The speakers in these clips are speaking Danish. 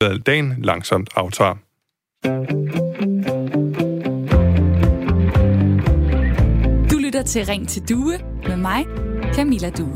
lader dagen langsomt aftager. Du lytter til Ring til Due med mig, Camilla Due.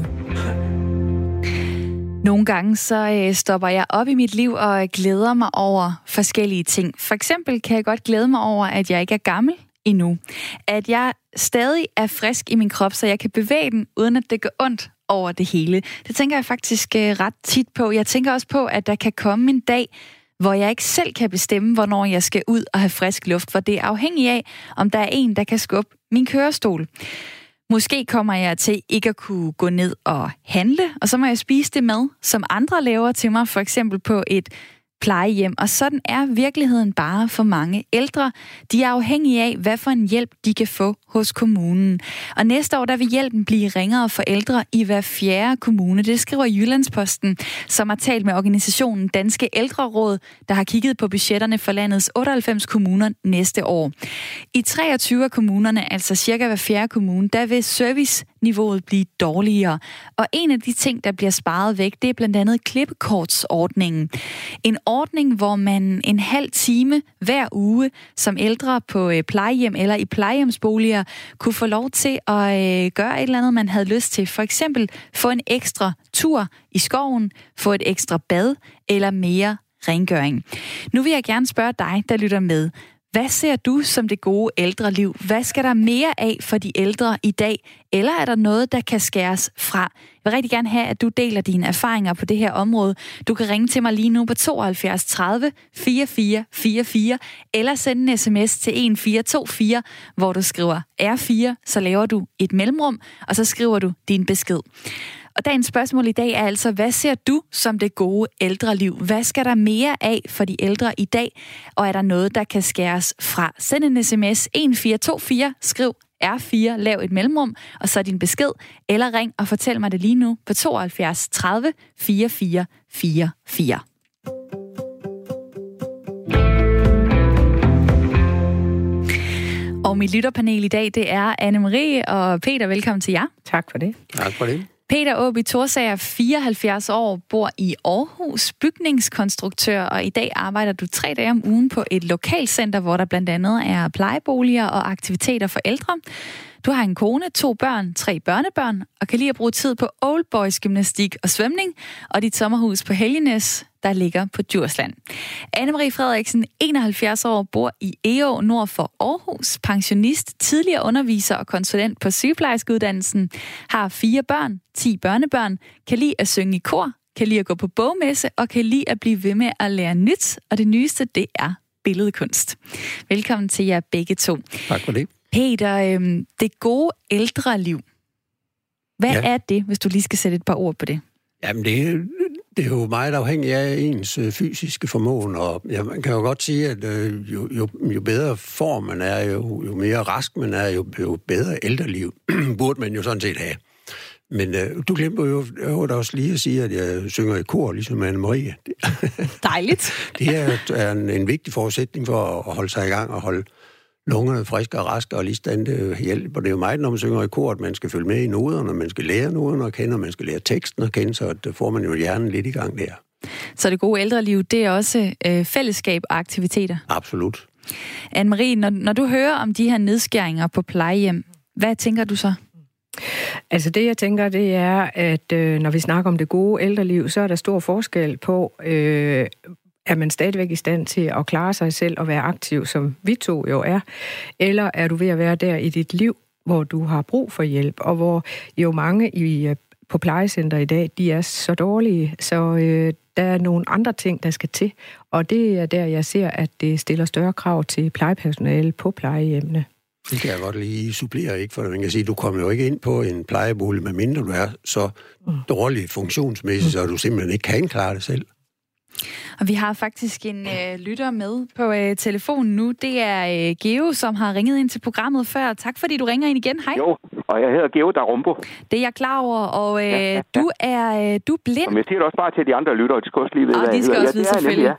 Nogle gange så stopper jeg op i mit liv og glæder mig over forskellige ting. For eksempel kan jeg godt glæde mig over, at jeg ikke er gammel endnu. At jeg stadig er frisk i min krop, så jeg kan bevæge den, uden at det gør ondt over det hele. Det tænker jeg faktisk ret tit på. Jeg tænker også på, at der kan komme en dag, hvor jeg ikke selv kan bestemme, hvornår jeg skal ud og have frisk luft, for det er afhængigt af, om der er en, der kan skubbe min kørestol. Måske kommer jeg til ikke at kunne gå ned og handle, og så må jeg spise det mad, som andre laver til mig, for eksempel på et plejehjem. Og sådan er virkeligheden bare for mange ældre. De er afhængige af, hvad for en hjælp de kan få hos kommunen. Og næste år, der vil hjælpen blive ringere for ældre i hver 4. kommune. Det skriver Jyllandsposten, som har talt med organisationen Danske Ældreråd, der har kigget på budgetterne for landets 98 kommuner næste år. I 23 af kommunerne, altså cirka hver 4. kommune, der vil serviceniveauet blive dårligere. Og en af de ting, der bliver sparet væk, det er blandt andet klippekortsordningen. En ordning, hvor man en halv time hver uge som ældre på plejehjem eller i plejehjemsboliger kunne få lov til at gøre et eller andet, man havde lyst til. For eksempel få en ekstra tur i skoven, få et ekstra bad eller mere rengøring. Nu vil jeg gerne spørge dig, der lytter med. Hvad ser du som det gode ældreliv? Hvad skal der mere af for de ældre i dag? Eller er der noget, der kan skæres fra? Jeg vil rigtig gerne have, at du deler dine erfaringer på det her område. Du kan ringe til mig lige nu på 72 30 44 44, eller sende en sms til 1424, hvor du skriver R4, så laver du et mellemrum, og så skriver du din besked. Og dagens spørgsmål i dag er altså, hvad ser du som det gode ældreliv? Hvad skal der mere af for de ældre i dag? Og er der noget, der kan skæres fra? Send en sms 1424, skriv R4, lav et mellemrum, og så din besked. Eller ring og fortæl mig det lige nu på 72 30 44 44. Og mit lytterpanel i dag, det er Anne-Marie og Peter. Velkommen til jer. Tak for det. Tak for det. Peter Aaby Thorsager, 74 år, bor i Aarhus, bygningskonstruktør, og i dag arbejder du 3 dage om ugen på et lokalcenter, hvor der blandt andet er plejeboliger og aktiviteter for ældre. Du har en kone, 2 børn, 3 børnebørn, og kan lide at bruge tid på old boys gymnastik og svømning, og dit sommerhus på Helgenæs, der ligger på Djursland. Anne-Marie Frederiksen, 71 år, bor i Egå nord for Aarhus, pensionist, tidligere underviser og konsulent på sygeplejerskeuddannelsen, har 4 børn, 10 børnebørn, kan lide at synge i kor, kan lide at gå på bogmesse og kan lide at blive ved med at lære nyt, og det nyeste, det er billedkunst. Velkommen til jer begge to. Tak for det. Peter, det gode ældreliv. Hvad er det, hvis du lige skal sætte et par ord på det? Jamen, det er jo meget afhængigt af ens fysiske formåen, og man kan jo godt sige, at jo bedre form man er, jo mere rask man er, jo bedre ældreliv burde man jo sådan set have. Men du glemte jo også lige at sige, at jeg synger i kor, ligesom Anne-Marie. Dejligt. Det er en vigtig forudsætning for at holde sig i gang og holde lungerne friske og raske og lige stande hjælp. Og det er jo meget, når man synger i kor, at man skal følge med i noderne, man skal lære noderne at kende, og man skal lære teksten at kende, så får man jo hjernen lidt i gang der. Så det gode ældreliv, det er også fællesskab og aktiviteter? Absolut. Anne-Marie, når du hører om de her nedskæringer på plejehjem, hvad tænker du så? Altså det, jeg tænker, det er, at når vi snakker om det gode ældreliv, så er der stor forskel på, er man stadigvæk i stand til at klare sig selv og være aktiv, som vi to jo er, eller er du ved at være der i dit liv, hvor du har brug for hjælp, og hvor jo mange på plejecenter i dag, de er så dårlige, så der er nogle andre ting, der skal til, og det er der, jeg ser, at det stiller større krav til plejepersonale på plejehjemmene. Det kan jeg godt lige supplere, ikke? For man kan sige, du kommer jo ikke ind på en plejebolig, medmindre du er så dårlig funktionsmæssigt, så du simpelthen ikke kan klare det selv. Og vi har faktisk en lytter med på telefonen nu. Det er Geo, som har ringet ind til programmet før. Tak fordi du ringer ind igen. Hej. Jo, og jeg hedder Geo Darumbo. Det er jeg klar over, og du er blind. Men jeg siger det også bare til de andre lyttere, de skal også lige vide, hvad de skal også vide, selvfølgelig.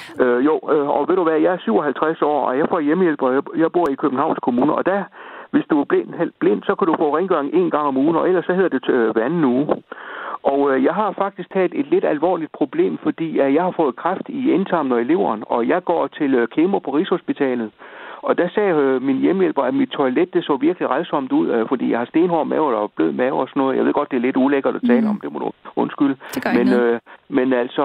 Og ved du hvad, jeg er 57 år, og jeg får hjemmehjælp, og jeg bor i Københavns Kommune, og der, hvis du er blind, så kan du få rengøring 1 gang om ugen, og ellers så hedder det hver anden uge. Og jeg har faktisk taget et lidt alvorligt problem, fordi jeg har fået kræft i indtarmen og i leveren, og jeg går til kemo på Rigshospitalet. Og der sagde min hjemmehjælper, at mit toilet det så virkelig rædsomt ud, fordi jeg har stenhård mave og blød mave og sådan noget. Jeg ved godt, det er lidt ulækkert at tale om, det må du undskylde. Men altså,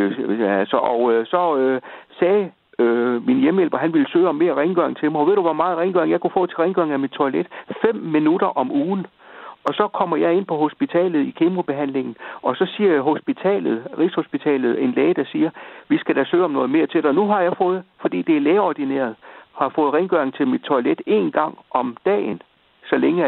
så sagde min hjemmehjælper, han ville søge om mere rengøring til mig. Og ved du, hvor meget rengøring jeg kunne få til rengøring af mit toilet? 5 minutter om ugen. Og så kommer jeg ind på hospitalet i kemobehandlingen, og så siger Rigshospitalet, en læge, der siger, vi skal da søge om noget mere til dig. Nu har jeg fået, fordi det er lægeordineret, har fået rengøring til mit toilet 1 gang om dagen, så længe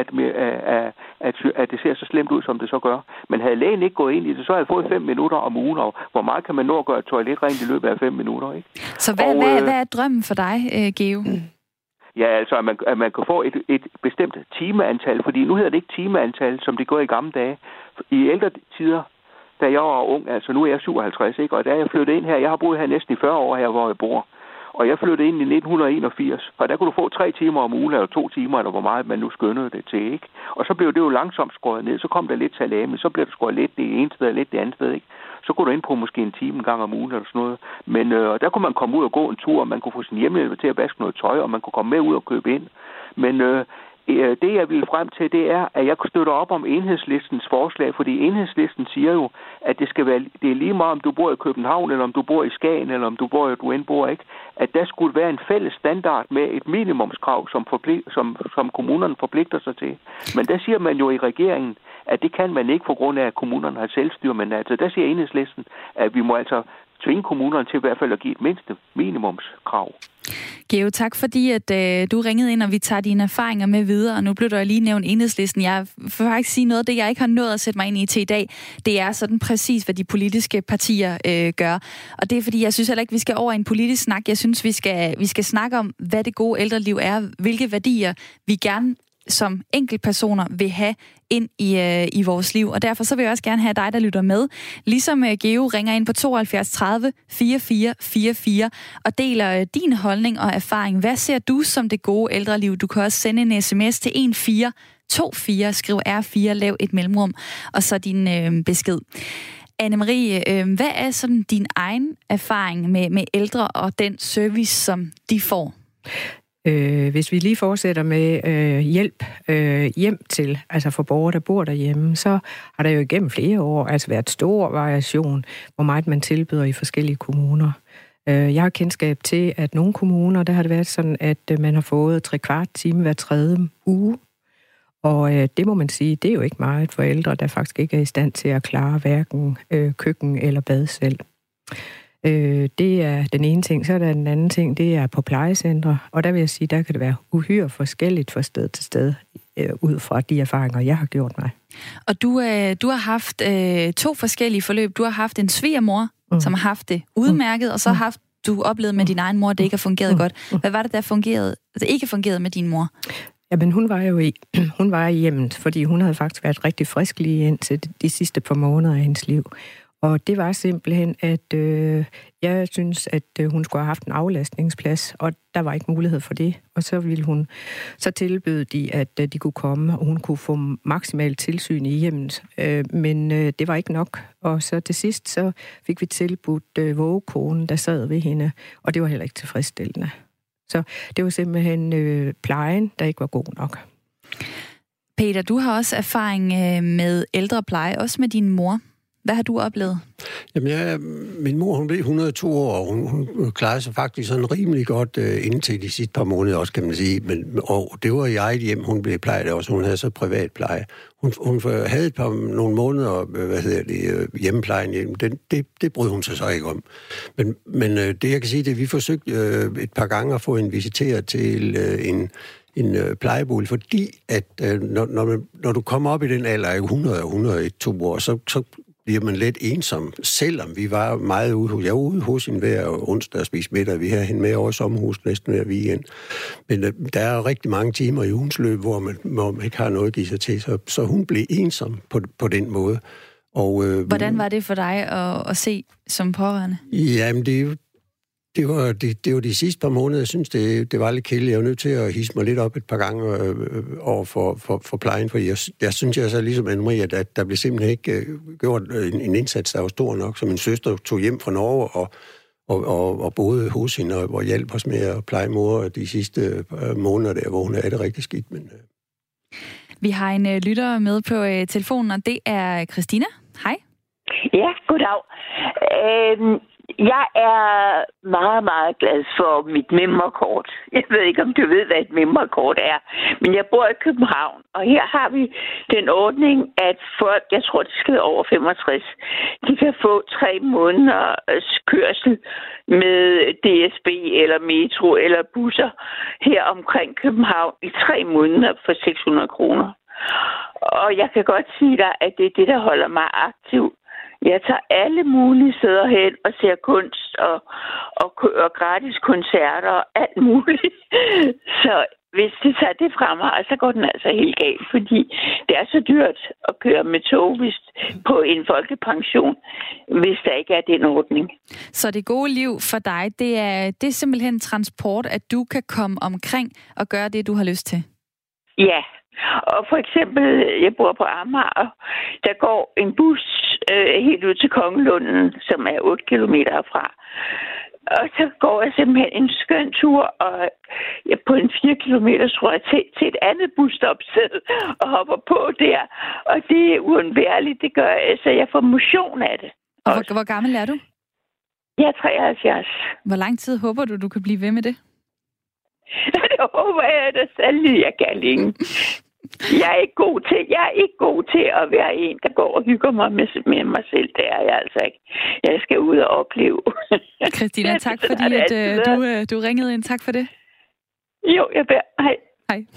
at det ser så slemt ud, som det så gør. Men havde lægen ikke gået ind i det, så havde jeg fået 5 minutter om ugen, og hvor meget kan man nå at gøre et toilet rent i løbet af 5 minutter, ikke? Så hvad er drømmen for dig, Geo? Ja, altså, at man kan få et bestemt timeantal, fordi nu hedder det ikke timeantal, som det går i gamle dage. I ældre tider, da jeg var ung, altså nu er jeg 57, ikke? Og da jeg flyttede ind her, jeg har boet her næsten i 40 år her, hvor jeg bor. Og jeg flyttede ind i 1981, og der kunne du få 3 timer om ugen, eller 2 timer, eller hvor meget man nu skønnede det til, ikke? Og så blev det jo langsomt skåret ned, så kom der lidt salami, så blev det skåret lidt det ene sted, og lidt det andet sted, ikke? Så kunne du ind på måske 1 time en gang om ugen, eller sådan noget. Men der kunne man komme ud og gå en tur, og man kunne få sin hjemmehjælper til at vaske noget tøj, og man kunne komme med ud og købe ind. Men det, jeg ville frem til, det er, at jeg støtter op om Enhedslistens forslag, fordi Enhedslisten siger jo, at det er lige meget, om du bor i København, eller om du bor i Skagen, eller om du end bor, ikke? At der skulle være en fælles standard med et minimumskrav, som kommunerne forpligter sig til. Men der siger man jo i regeringen, at det kan man ikke på grund af, at kommunerne har selvstyre, men altså der siger Enhedslisten, at vi må altså tvinge kommunerne til i hvert fald at give et mindste minimumskrav. Geo, tak fordi, at du ringede ind, og vi tager dine erfaringer med videre. Og nu blev der lige nævnt Enhedslisten. Jeg vil faktisk sige noget af det, jeg ikke har nået at sætte mig ind i til i dag. Det er sådan præcis, hvad de politiske partier gør. Og det er fordi, jeg synes heller ikke, vi skal over en politisk snak. Jeg synes, vi skal snakke om, hvad det gode ældreliv er. Hvilke værdier vi gerne som enkeltpersoner vil have ind i vores liv. Og derfor så vil jeg også gerne have dig, der lytter med. Ligesom Geo ringer ind på 72 30 44 44 og deler din holdning og erfaring. Hvad ser du som det gode ældreliv? Du kan også sende en sms til 1424, skriv R4, lav et mellemrum, og så din besked. Anne-Marie, hvad er sådan din egen erfaring med ældre og den service, som de får? Hvis vi lige fortsætter med hjælp hjem til, altså for borgere, der bor derhjemme, så har der jo igennem flere år altså været stor variation, hvor meget man tilbyder i forskellige kommuner. Jeg har kendskab til, at nogle kommuner, der har det været sådan, at man har fået 3/4 time hver 3. uge. Og det må man sige, det er jo ikke meget for ældre, der faktisk ikke er i stand til at klare hverken køkken eller bad selv. Det er den ene ting. Så er der den anden ting, det er på plejecentre. Og der vil jeg sige, der kan det være uhyre forskelligt fra sted til sted, ud fra de erfaringer, jeg har gjort mig. Og du har haft 2 forskellige forløb. Du har haft en svigermor, som har haft det udmærket, og så har du oplevet med din egen mor, at det ikke har fungeret godt. Hvad var det, der ikke fungerede med din mor? Jamen, hun var i hjemmet, fordi hun havde faktisk været rigtig frisk lige indtil de sidste par måneder af hendes liv. Og det var simpelthen, at jeg synes, at hun skulle have haft en aflastningsplads, og der var ikke mulighed for det. Og så tilbød de, at de kunne komme, og hun kunne få maksimalt tilsyn i hjemmet. Men det var ikke nok. Og så til sidst, så fik vi tilbudt vågekonen, der sad ved hende, og det var heller ikke tilfredsstillende. Så det var simpelthen plejen, der ikke var god nok. Peter, du har også erfaring med ældrepleje, også med din mor. Hvad har du oplevet? Jamen, min mor, hun blev 102 år, og hun klarede sig faktisk sådan rimelig godt indtil de sidste par måneder også, kan man sige. Og det var i eget hjem, hun blev plejet også. Hun havde så privat pleje. Hun havde nogle måneder, hjemmeplejen. Det brød hun sig så ikke om. Men det, jeg kan sige, det vi forsøgte et par gange at få en visiteret til en plejebolig, fordi at når du kommer op i den alder af 100 og 101 år, så bliver man lidt ensom, selvom vi var meget ude hos. Jeg var ude hos hende hver onsdag og spise middag. Vi havde hende med over i sommerhus næsten hver weekend. Men der er rigtig mange timer i ugens løb, hvor man ikke har noget at give sig til. Så hun blev ensom på den måde. Og, hvordan var det for dig at se som pårørende? Jamen, Det var de sidste par måneder, jeg synes, det var lidt kedeligt. Jeg var nødt til at hisse mig lidt op et par gange over for plejen, for jeg synes, jeg så ligesom Anne-Marie, at der blev simpelthen ikke gjort en indsats, der var stor nok. Så min søster tog hjem fra Norge og boede hos hende og hjalp os med at pleje mor de sidste måneder der, hvor hun havde det rigtig skidt. Men Vi har en lytter med på telefonen, og det er Christina. Hej. Ja, goddag. Jeg er meget, meget glad for mit memorkort. Jeg ved ikke, om du ved, hvad et memorkort er, men jeg bor i København, og her har vi den ordning, at folk, jeg tror, de skal over 65, de kan få 3 måneders kørsel med DSB eller metro eller busser her omkring København i 3 måneder for 600 kroner. Og jeg kan godt sige dig, at det er det, der holder mig aktiv. Jeg tager alle mulige steder hen og ser kunst og gratis koncerter og alt muligt. Så hvis de tager det fra mig, så går den altså helt galt, fordi det er så dyrt at køre med tog på en folkepension, hvis der ikke er den ordning. Så det gode liv for dig, det er simpelthen transport, at du kan komme omkring og gøre det, du har lyst til? Ja. Og for eksempel, jeg bor på Amager, der går en bus helt ud til Kongelunden, som er 8 kilometer herfra. Og så går jeg simpelthen en skøn tur og på en 4 kilometer, tror jeg, til et andet busstopsted og hopper på der. Og det er uundværligt, det gør jeg, så jeg får motion af det. Og hvor gammel er du? Jeg er 73. Hvor lang tid håber du kan blive ved med det? Det håber jeg da særlig, jeg kan længe. Jeg er ikke god til at være en, der går og hygger mig med mig selv. Det er jeg altså ikke. Jeg skal ud og opleve. Christina, tak fordi at du ringede ind. Tak for det. Jo, jeg beder. Hej. Hej.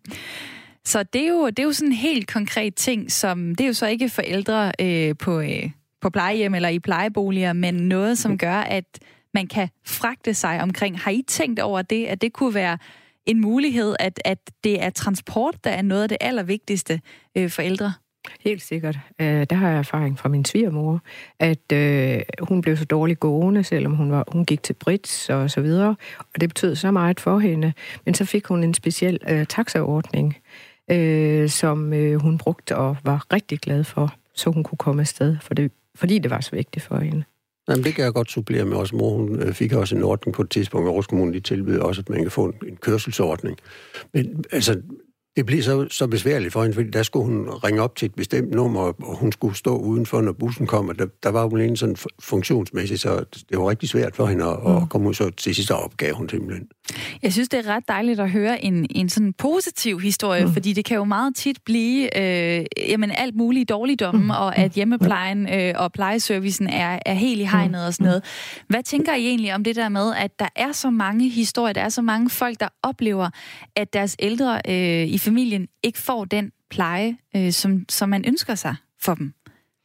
Så det er jo sådan en helt konkret ting, som det er jo så ikke forældre på plejehjem eller i plejeboliger, men noget, som gør, at man kan fragte sig omkring. Har I tænkt over det, at det kunne være en mulighed, at det er transport, der er noget af det allervigtigste for ældre? Helt sikkert. Der har jeg erfaring fra min svigermor, at hun blev så dårligt gående, selvom hun gik til Brits og så videre, og det betød så meget for hende. Men så fik hun en speciel taxaordning, som hun brugte og var rigtig glad for, så hun kunne komme afsted, fordi det var så vigtigt for hende. Jamen, det kan jeg godt supplere med også. Mor, hun fik også en ordning på et tidspunkt, og Aarhus Kommune tilbyder også, at man kan få en kørselsordning. Men altså, det blev så besværligt for hende, fordi der skulle hun ringe op til et bestemt nummer, og hun skulle stå udenfor, når bussen kom, og der var hun en sådan funktionsmæssigt, så det var rigtig svært for hende at komme ud, så til sidste opgave hun simpelthen. Jeg synes, det er ret dejligt at høre en sådan positiv historie, fordi det kan jo meget tit blive alt muligt dårligdomme, og at hjemmeplejen og plejeservicen er helt i hegnet og sådan noget. Hvad tænker I egentlig om det der med, at der er så mange historier, der er så mange folk, der oplever, at deres ældre i familien ikke får den pleje, som man ønsker sig for dem?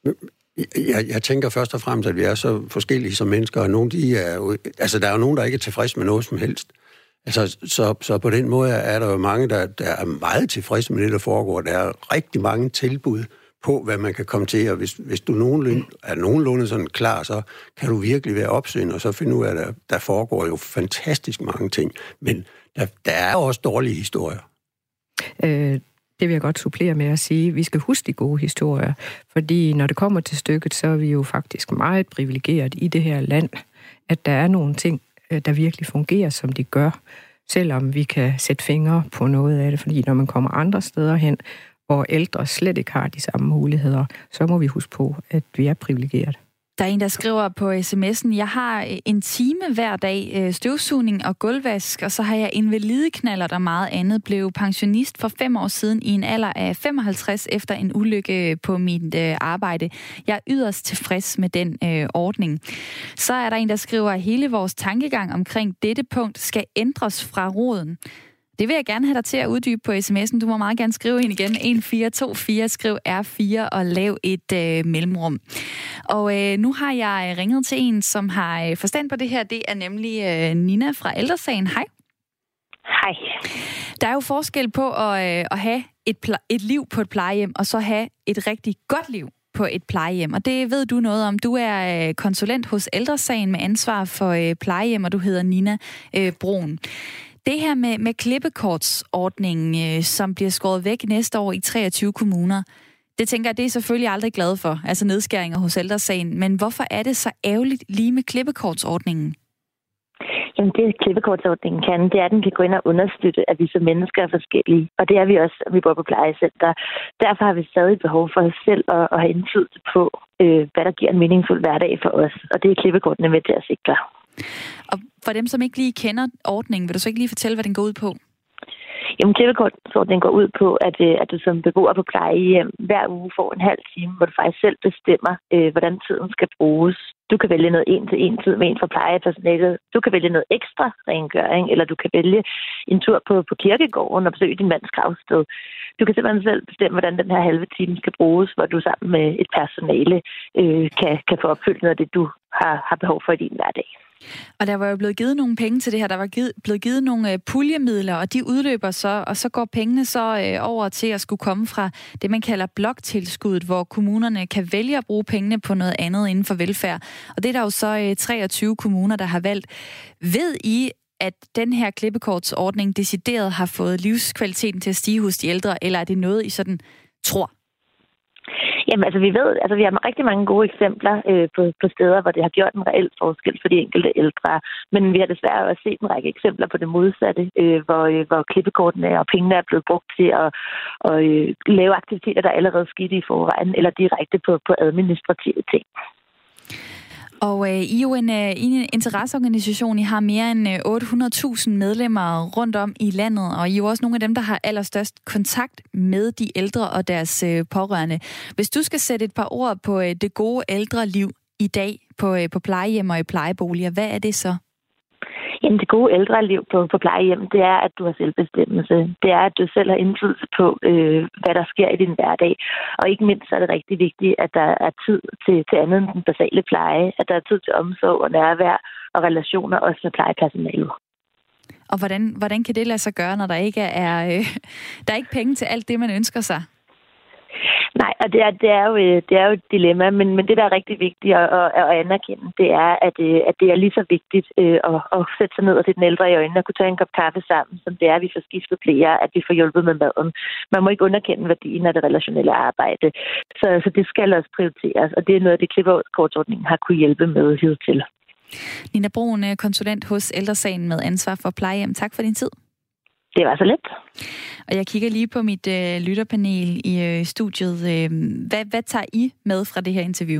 Jeg tænker først og fremmest, at vi er så forskellige som mennesker, og nogle, der er jo nogen, der ikke er tilfredse med noget som helst. Altså, så på den måde er der jo mange, der er meget tilfredse med det, der foregår. Der er rigtig mange tilbud på, hvad man kan komme til, og hvis du er nogenlunde sådan klar, så kan du virkelig være opsøgende, og så finde ud af, at der foregår jo fantastisk mange ting. Men der er også dårlige historier. Det vil jeg godt supplere med at sige, at vi skal huske de gode historier, fordi når det kommer til stykket, så er vi jo faktisk meget privilegeret i det her land, at der er nogle ting, der virkelig fungerer, som de gør, selvom vi kan sætte fingre på noget af det, fordi når man kommer andre steder hen, hvor ældre slet ikke har de samme muligheder, så må vi huske på, at vi er privilegeret. Der er en, der skriver på sms'en, jeg har en time hver dag støvsugning og gulvvask, og så har jeg invalideknaller og meget andet. Blev pensionist for 5 år siden i en alder af 55 efter en ulykke på mit arbejde. Jeg er yderst tilfreds med den ordning. Så er der en, der skriver, at hele vores tankegang omkring dette punkt skal ændres fra roden. Det vil jeg gerne have dig til at uddybe på sms'en. Du må meget gerne skrive ind igen. 1424, skriv R4 og lav et mellemrum. Og nu har jeg ringet til en, som har forstand på det her. Det er nemlig Nina fra Ældre Sagen. Hej. Hej. Der er jo forskel på at have et liv på et plejehjem, og så have et rigtig godt liv på et plejehjem, og det ved du noget om. Du er konsulent hos Ældre Sagen med ansvar for plejehjem, og du hedder Nina Bruun. Det her med klippekortsordningen, som bliver skåret væk næste år i 23 kommuner, det tænker jeg, det er selvfølgelig aldrig glad for, altså nedskæringer hos Ældre Sagen. Men hvorfor er det så ærgerligt lige med klippekortsordningen? Jamen det klippekortsordningen kan, det er, at den kan gå ind og understøtte, at vi som mennesker er forskellige. Og det er vi også, at vi bor på plejecenter. Derfor har vi stadig behov for os selv at have indflydelse på, hvad der giver en meningsfuld hverdag for os. Og det er klippekortene med til at sikre. Og for dem, som ikke lige kender ordningen, vil du så ikke lige fortælle, hvad den går ud på? Jamen, klippekortsordningen går ud på, at du som beboer på plejehjem hver uge får en halv time, hvor du faktisk selv bestemmer, hvordan tiden skal bruges. Du kan vælge noget en-til-en tid med en fra plejepersonalet. Du kan vælge noget ekstra rengøring, eller du kan vælge en tur på kirkegården og besøge din mands gravsted. Du kan simpelthen selv bestemme, hvordan den her halve time skal bruges, hvor du sammen med et personale kan få opfyldt noget af det, du har behov for i din hverdag. Og der var jo blevet givet nogle penge til det her. Der var blevet givet nogle puljemidler, og de udløber så, og så går pengene så over til at skulle komme fra det, man kalder bloktilskuddet, hvor kommunerne kan vælge at bruge pengene på noget andet inden for velfærd. Og det er der jo så 23 kommuner, der har valgt. Ved I, at den her klippekortsordning decideret har fået livskvaliteten til at stige hos de ældre, eller er det noget, I sådan tror? Jamen, altså vi har rigtig mange gode eksempler på steder, hvor det har gjort en reel forskel for de enkelte ældre. Men vi har desværre også set en række eksempler på det modsatte, hvor klippekortene og pengene er blevet brugt til at lave aktiviteter, der allerede skete i forvejen, eller direkte på administrative ting. Og I er jo en interesseorganisation. I har mere end 800.000 medlemmer rundt om i landet, og I er jo også nogle af dem, der har allerstørst kontakt med de ældre og deres pårørende. Hvis du skal sætte et par ord på det gode ældreliv i dag på plejehjem og i plejeboliger, hvad er det så? Jamen, det gode ældreliv på plejehjem, det er, at du har selvbestemmelse. Det er, at du selv har indflydelse på, hvad der sker i din hverdag. Og ikke mindst er det rigtig vigtigt, at der er tid til andet end den basale pleje. At der er tid til omsorg og nærvær og relationer også med plejepersonalet. Og hvordan kan det lade sig gøre, når der ikke der er ikke penge til alt det, man ønsker sig? Nej, og det er jo et dilemma, men det, der er rigtig vigtigt at anerkende, det er, at det er lige så vigtigt at sætte sig ned og se den ældre i øjnene og kunne tage en kop kaffe sammen, som det er, at vi får skiftet blære, at vi får hjulpet med maden. Man må ikke underkende værdien af det relationelle arbejde, så det skal også prioriteres, og det er noget af det, klippekortsordningen har kunne hjælpe med hidtil. Nina Bruun, konsulent hos Ældre Sagen med ansvar for plejehjem. Tak for din tid. Det var så let. Og jeg kigger lige på mit lytterpanel i studiet. Hvad tager I med fra det her interview?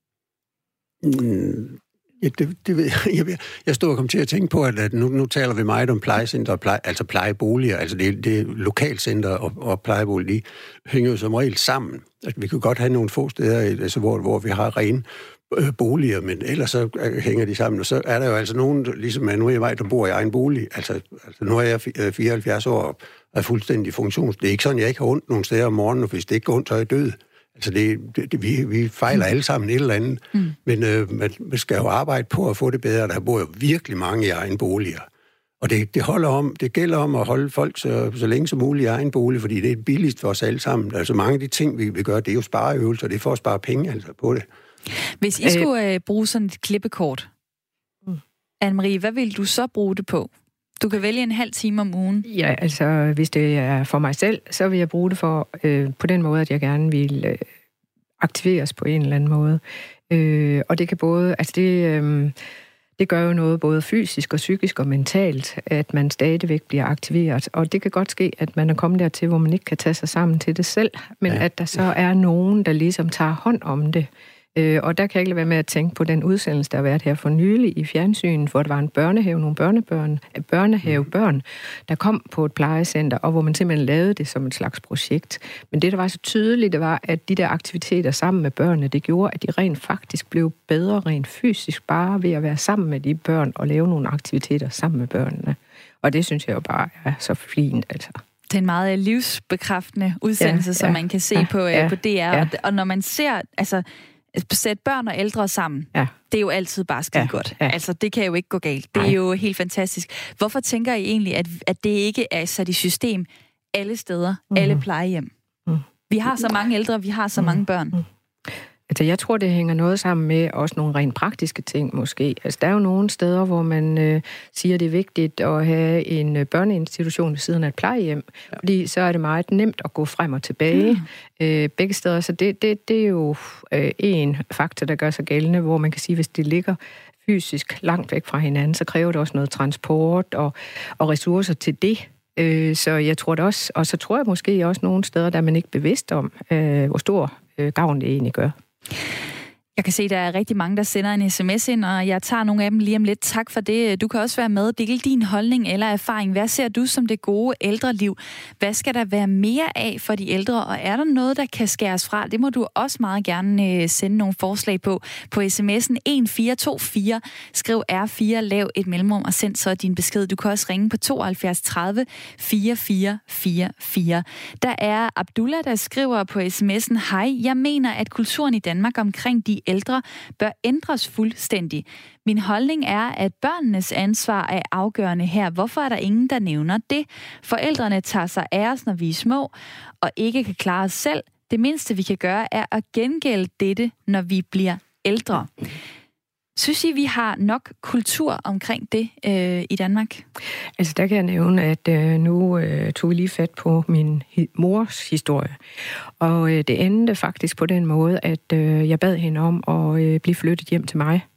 Det ved jeg. Jeg stod og kom til at tænke på, at nu taler vi meget om plejecenter og altså plejeboliger. Altså det lokalcenter og plejebolig, de hænger jo som regel sammen. Altså, vi kan godt have nogle få steder, altså, hvor vi har rene boliger, men ellers så hænger de sammen. Og så er der jo altså nogen, ligesom nu er jeg mig, der bor i egen bolig. Altså nu er jeg 74 år og er fuldstændig funktions. Det er ikke sådan, jeg ikke har ondt nogen steder om morgenen, og hvis det ikke går ondt, så er jeg død. Altså vi fejler alle sammen et eller andet. Men man skal jo arbejde på at få det bedre. Der bor jo virkelig mange i egen boliger. Og det gælder om at holde folk så længe som muligt i egen bolig, fordi det er billigst for os alle sammen. Altså mange af de ting, vi gør, det er jo spareøvelser, det er for at spare penge altså på det. Hvis I skulle bruge sådan et klippekort, Anne-Marie, hvad vil du så bruge det på? Du kan vælge en halv time om ugen. Ja, altså hvis det er for mig selv, så vil jeg bruge det for på den måde, at jeg gerne vil aktiveres på en eller anden måde. Og det kan både, altså det gør jo noget både fysisk og psykisk og mentalt, at man stadigvæk bliver aktiveret. Og det kan godt ske, at man er kommet dertil, hvor man ikke kan tage sig sammen til det selv, men at der så er nogen, der ligesom tager hånd om det. Og der kan jeg ikke lade være med at tænke på den udsendelse, der har været her for nylig i fjernsynet, hvor der var en børnehave, nogle børnehavebørn, der kom på et plejecenter, og hvor man simpelthen lavede det som et slags projekt. Men det, der var så tydeligt, det var, at de der aktiviteter sammen med børnene, det gjorde, at de rent faktisk blev bedre rent fysisk, bare ved at være sammen med de børn og lave nogle aktiviteter sammen med børnene. Og det synes jeg jo bare er så fint, altså. Det er en meget livsbekræftende udsendelse, som man kan se på DR. Ja. Og når man ser, altså sætte børn og ældre sammen, det er jo altid bare skide godt. Ja. Altså, det kan jo ikke gå galt. Det er jo helt fantastisk. Hvorfor tænker I egentlig, at det ikke er sat i system alle steder, alle plejehjem? Vi har så mange ældre, vi har så mange børn. Altså, jeg tror, det hænger noget sammen med også nogle rent praktiske ting, måske. Altså, der er jo nogle steder, hvor man siger, det er vigtigt at have en børneinstitution ved siden af et plejehjem, fordi så er det meget nemt at gå frem og tilbage begge steder. Så det er jo en faktor, der gør sig gældende, hvor man kan sige, hvis det ligger fysisk langt væk fra hinanden, så kræver det også noget transport og ressourcer til det. Så jeg tror det også, og så tror jeg måske også nogle steder, der er man ikke bevidst om, hvor stor gavn det egentlig gør. Jeg kan se, at der er rigtig mange, der sender en sms ind, og jeg tager nogle af dem lige om lidt. Tak for det. Du kan også være med. Del din holdning eller erfaring. Hvad ser du som det gode ældreliv? Hvad skal der være mere af for de ældre? Og er der noget, der kan skæres fra? Det må du også meget gerne sende nogle forslag på sms'en 1424. Skriv R4, lav et mellemrum og send så din besked. Du kan også ringe på 72 30 4444. Der er Abdullah, der skriver på sms'en: Hej, jeg mener, at kulturen i Danmark omkring de ældre bør ændres fuldstændig. Min holdning er, at børnenes ansvar er afgørende her. Hvorfor er der ingen, der nævner det? Forældrene tager sig af os, når vi er små, og ikke kan klare os selv. Det mindste, vi kan gøre, er at gengælde dette, når vi bliver ældre. Synes I, vi har nok kultur omkring det i Danmark? Altså, der kan jeg nævne, at nu tog vi lige fat på min mors historie. Og det endte faktisk på den måde, at jeg bad hende om at blive flyttet hjem til mig,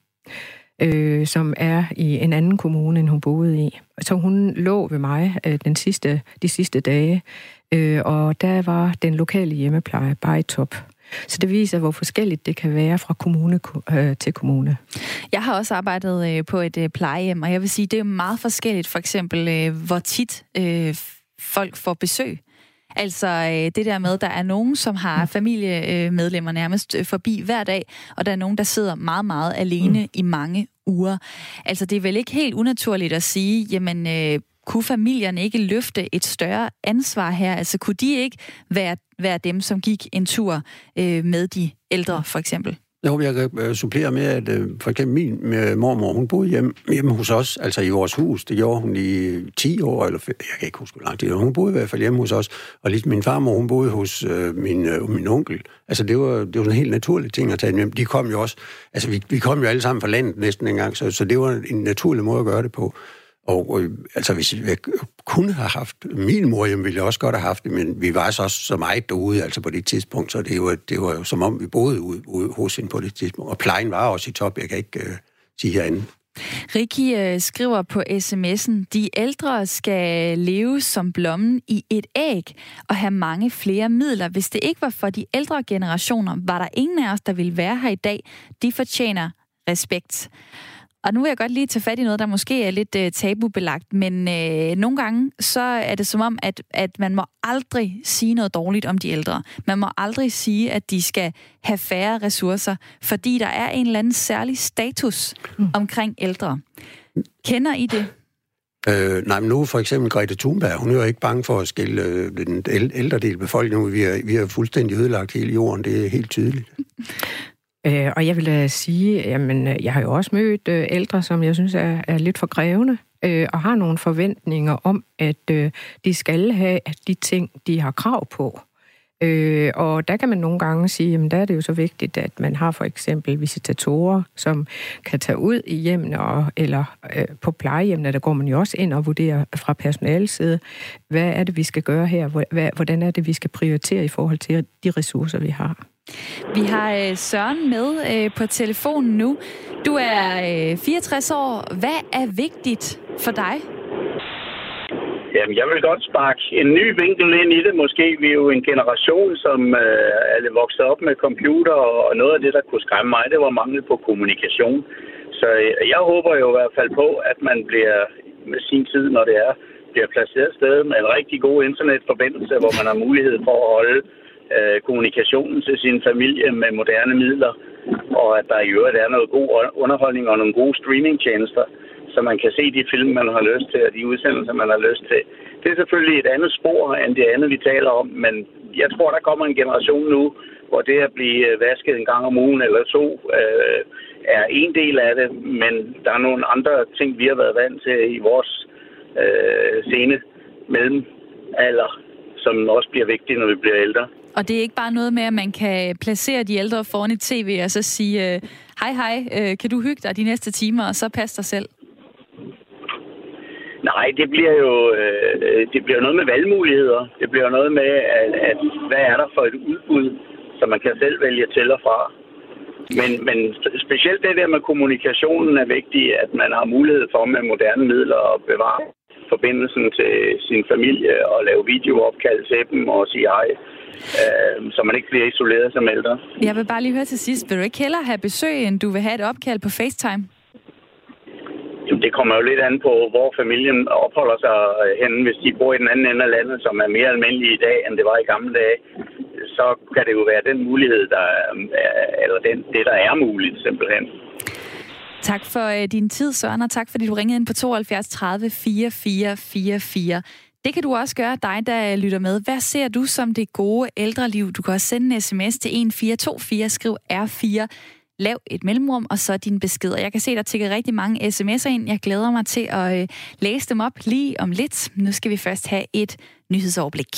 som er i en anden kommune, end hun boede i. Så hun lå ved mig de sidste dage, og der var den lokale hjemmepleje bare i top. Så det viser, hvor forskelligt det kan være fra kommune til kommune. Jeg har også arbejdet på et plejehjem, og jeg vil sige, det er meget forskelligt, for eksempel, hvor tit folk får besøg. Altså det der med, der er nogen, som har familiemedlemmer nærmest forbi hver dag, og der er nogen, der sidder meget, meget alene i mange uger. Altså det er vel ikke helt unaturligt at sige, jamen kunne familierne ikke løfte et større ansvar her? Altså kunne de ikke være dem, som gik en tur med de ældre, for eksempel? Jo, jeg kan supplere med, at for eksempel min mormor, hun boede hjemme hos os, altså i vores hus. Det gjorde hun i 10 år, eller jeg kan ikke huske, hvor lang tid. Hun boede i hvert fald hjemme hos os. Og ligesom min farmor, hun boede hos min onkel. Altså det var sådan en helt naturlig ting at tage hjem. De kom jo også, altså vi kom jo alle sammen fra landet næsten engang, så det var en naturlig måde at gøre det på. Og altså, hvis jeg kunne have haft min mor hjemme, ville jeg også godt have haft det, men vi var så meget derude, altså på det tidspunkt, så det var jo som om, vi boede ude hos hende på det tidspunkt. Og plejen var også i top, jeg kan ikke sige herinde. Ricky skriver på sms'en: De ældre skal leve som blommen i et æg og have mange flere midler. Hvis det ikke var for de ældre generationer, var der ingen af os, der ville være her i dag. De fortjener respekt. Og nu vil jeg godt lige tage fat i noget, der måske er lidt tabubelagt, men nogle gange så er det som om, at man må aldrig sige noget dårligt om de ældre. Man må aldrig sige, at de skal have færre ressourcer, fordi der er en eller anden særlig status omkring ældre. Kender I det? Nej, men nu for eksempel Greta Thunberg, hun er jo ikke bange for at skille den ældre del af befolkningen. Vi har fuldstændig ødelagt hele jorden, det er helt tydeligt. Og jeg vil sige, jamen, jeg har jo også mødt ældre, som jeg synes er lidt for krævende, og har nogle forventninger om, at de skal have de ting, de har krav på. Og der kan man nogle gange sige, jamen der er det jo så vigtigt, at man har for eksempel visitatorer, som kan tage ud i hjemmene, eller på plejehjemmene, der går man jo også ind og vurderer fra personalets side, hvad er det, vi skal gøre her, hvordan er det, vi skal prioritere i forhold til de ressourcer, vi har. Vi har Søren med på telefonen nu. Du er 64 år. Hvad er vigtigt for dig? Jamen, jeg vil godt sparke en ny vinkel ind i det. Måske vi er jo en generation, som er vokset op med computer, og noget af det, der kunne skræmme mig, det var mangel på kommunikation. Så jeg håber jo i hvert fald på, at man bliver med sin tid, når det bliver placeret et sted med en rigtig god internetforbindelse, hvor man har mulighed for at holde kommunikationen til sin familie med moderne midler, og at der i øvrigt er noget god underholdning og nogle gode streamingtjenester, så man kan se de film, man har lyst til, og de udsendelser, man har lyst til. Det er selvfølgelig et andet spor end det andet, vi taler om, men jeg tror, der kommer en generation nu, hvor det at blive vasket en gang om ugen eller to er en del af det, men der er nogle andre ting, vi har været vant til i vores sene mellemalder, som også bliver vigtige, når vi bliver ældre. Og det er ikke bare noget med, at man kan placere de ældre foran et tv og så sige, hej, kan du hygge dig de næste timer, og så pas dig selv? Nej, det bliver noget med valgmuligheder. Det bliver noget med, at hvad er der for et udbud, som man kan selv vælge til og fra. Men specielt det der med kommunikationen er vigtigt, at man har mulighed for med moderne midler at bevare forbindelsen til sin familie og lave videoopkald til dem og sige hej, så man ikke bliver isoleret som ældre. Jeg vil bare lige høre til sidst, vil du ikke hellere have besøg, end du vil have et opkald på FaceTime? Jamen, det kommer jo lidt an på, hvor familien opholder sig henne. Hvis de bor i den anden ende af landet, som er mere almindelig i dag, end det var i gamle dage, så kan det jo være den mulighed, det der er muligt, simpelthen. Tak for din tid, Søren, og tak fordi du ringede ind på 72 30 44 44. Det kan du også gøre, dig der lytter med. Hvad ser du som det gode ældreliv? Du kan også sende en sms til 1424, skriv R4, lav et mellemrum, og så din besked. Jeg kan se, der tikker rigtig mange sms'er ind. Jeg glæder mig til at læse dem op lige om lidt. Nu skal vi først have et nyhedsoverblik.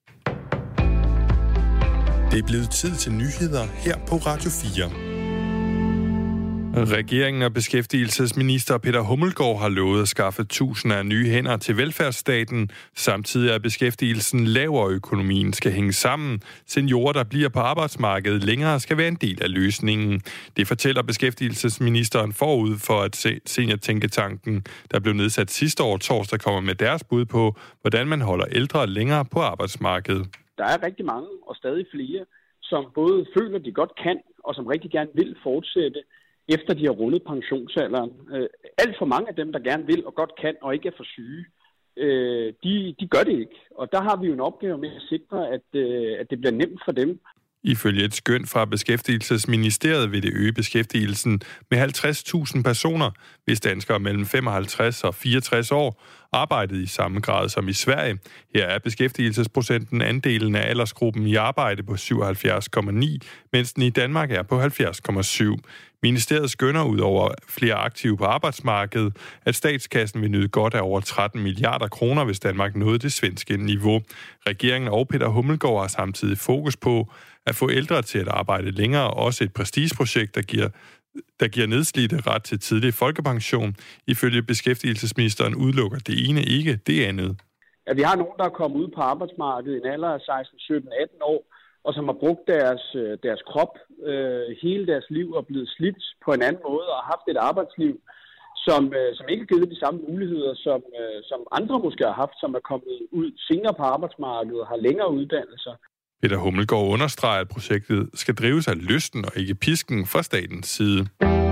Det er blevet tid til nyheder her på Radio 4. Regeringen og beskæftigelsesminister Peter Hummelgaard har lovet at skaffe tusinder af nye hænder til velfærdsstaten. Samtidig er beskæftigelsen lav, og økonomien skal hænge sammen. Seniorer, der bliver på arbejdsmarkedet længere, skal være en del af løsningen. Det fortæller beskæftigelsesministeren forud for, at seniortænketanken, der blev nedsat sidste år torsdag, kommer med deres bud på, hvordan man holder ældre længere på arbejdsmarkedet. Der er rigtig mange og stadig flere, som både føler, de godt kan, og som rigtig gerne vil fortsætte, efter de har rundet pensionsalderen. Alt for mange af dem, der gerne vil og godt kan og ikke er for syge, de gør det ikke. Og der har vi jo en opgave med at sikre, at det bliver nemt for dem. Ifølge et skøn fra Beskæftigelsesministeriet vil det øge beskæftigelsen med 50.000 personer, hvis danskere mellem 55 og 64 år arbejdede i samme grad som i Sverige. Her er beskæftigelsesprocenten andelen af aldersgruppen i arbejde på 77,9, mens den i Danmark er på 70,7. Ministeriet skønner ud over flere aktive på arbejdsmarkedet, at statskassen vil nyde godt af over 13 milliarder kroner, hvis Danmark nåede det svenske niveau. Regeringen og Peter Hummelgaard har samtidig fokus på at få ældre til at arbejde længere, også et prestigeprojekt, der giver nedslidte ret til tidlig folkepension. Ifølge beskæftigelsesministeren udelukker det ene ikke det andet. At vi har nogen, der er kommet ud på arbejdsmarkedet i en alder af 16, 17, 18 år, og som har brugt deres krop hele deres liv og blevet slidt på en anden måde og haft et arbejdsliv, som ikke har givet de samme muligheder, som andre måske har haft, som er kommet ud senere på arbejdsmarkedet og har længere uddannelser. Peter Hummelgaard understreger, at projektet skal drives af lysten og ikke pisken fra statens side.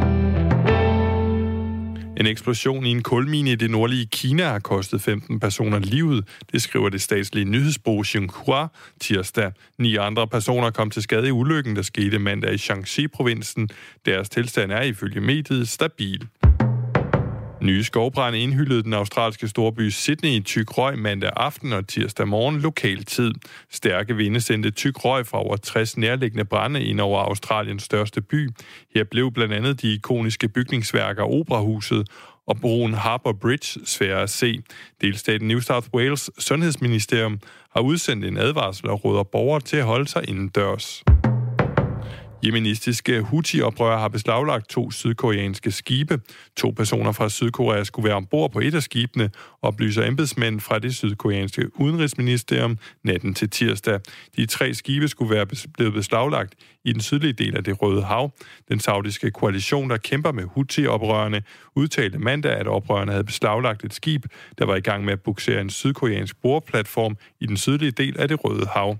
En eksplosion i en kulmine i det nordlige Kina har kostet 15 personer livet. Det skriver det statslige nyhedsbureau Xinhua tirsdag. 9 andre personer kom til skade i ulykken, der skete mandag i Shaanxi-provinsen. Deres tilstand er ifølge mediet stabil. Nye skovbrande indhyldede den australske storby Sydney i tyk røg mandag aften og tirsdag morgen lokal tid. Stærke vinde sendte tyk røg fra over 60 nærliggende brande ind over Australiens største by. Her blev blandt andet de ikoniske bygningsværker Operahuset og broen Harbour Bridge svære at se. Delstaten New South Wales Sundhedsministerium har udsendt en advarsel og råder borgere til at holde sig indendørs. Yemenistiske Houthi-oprørere har beslaglagt 2 sydkoreanske skibe. 2 personer fra Sydkorea skulle være ombord på et af skibene, oplyser embedsmænd fra det sydkoreanske udenrigsministerium natten til tirsdag. De 3 skibe skulle være blevet beslaglagt i den sydlige del af det Røde Hav. Den saudiske koalition, der kæmper med Houthi-oprørerne, udtalte mandag, at oprørerne havde beslaglagt et skib, der var i gang med at bugsere en sydkoreansk boreplatform i den sydlige del af det Røde Hav.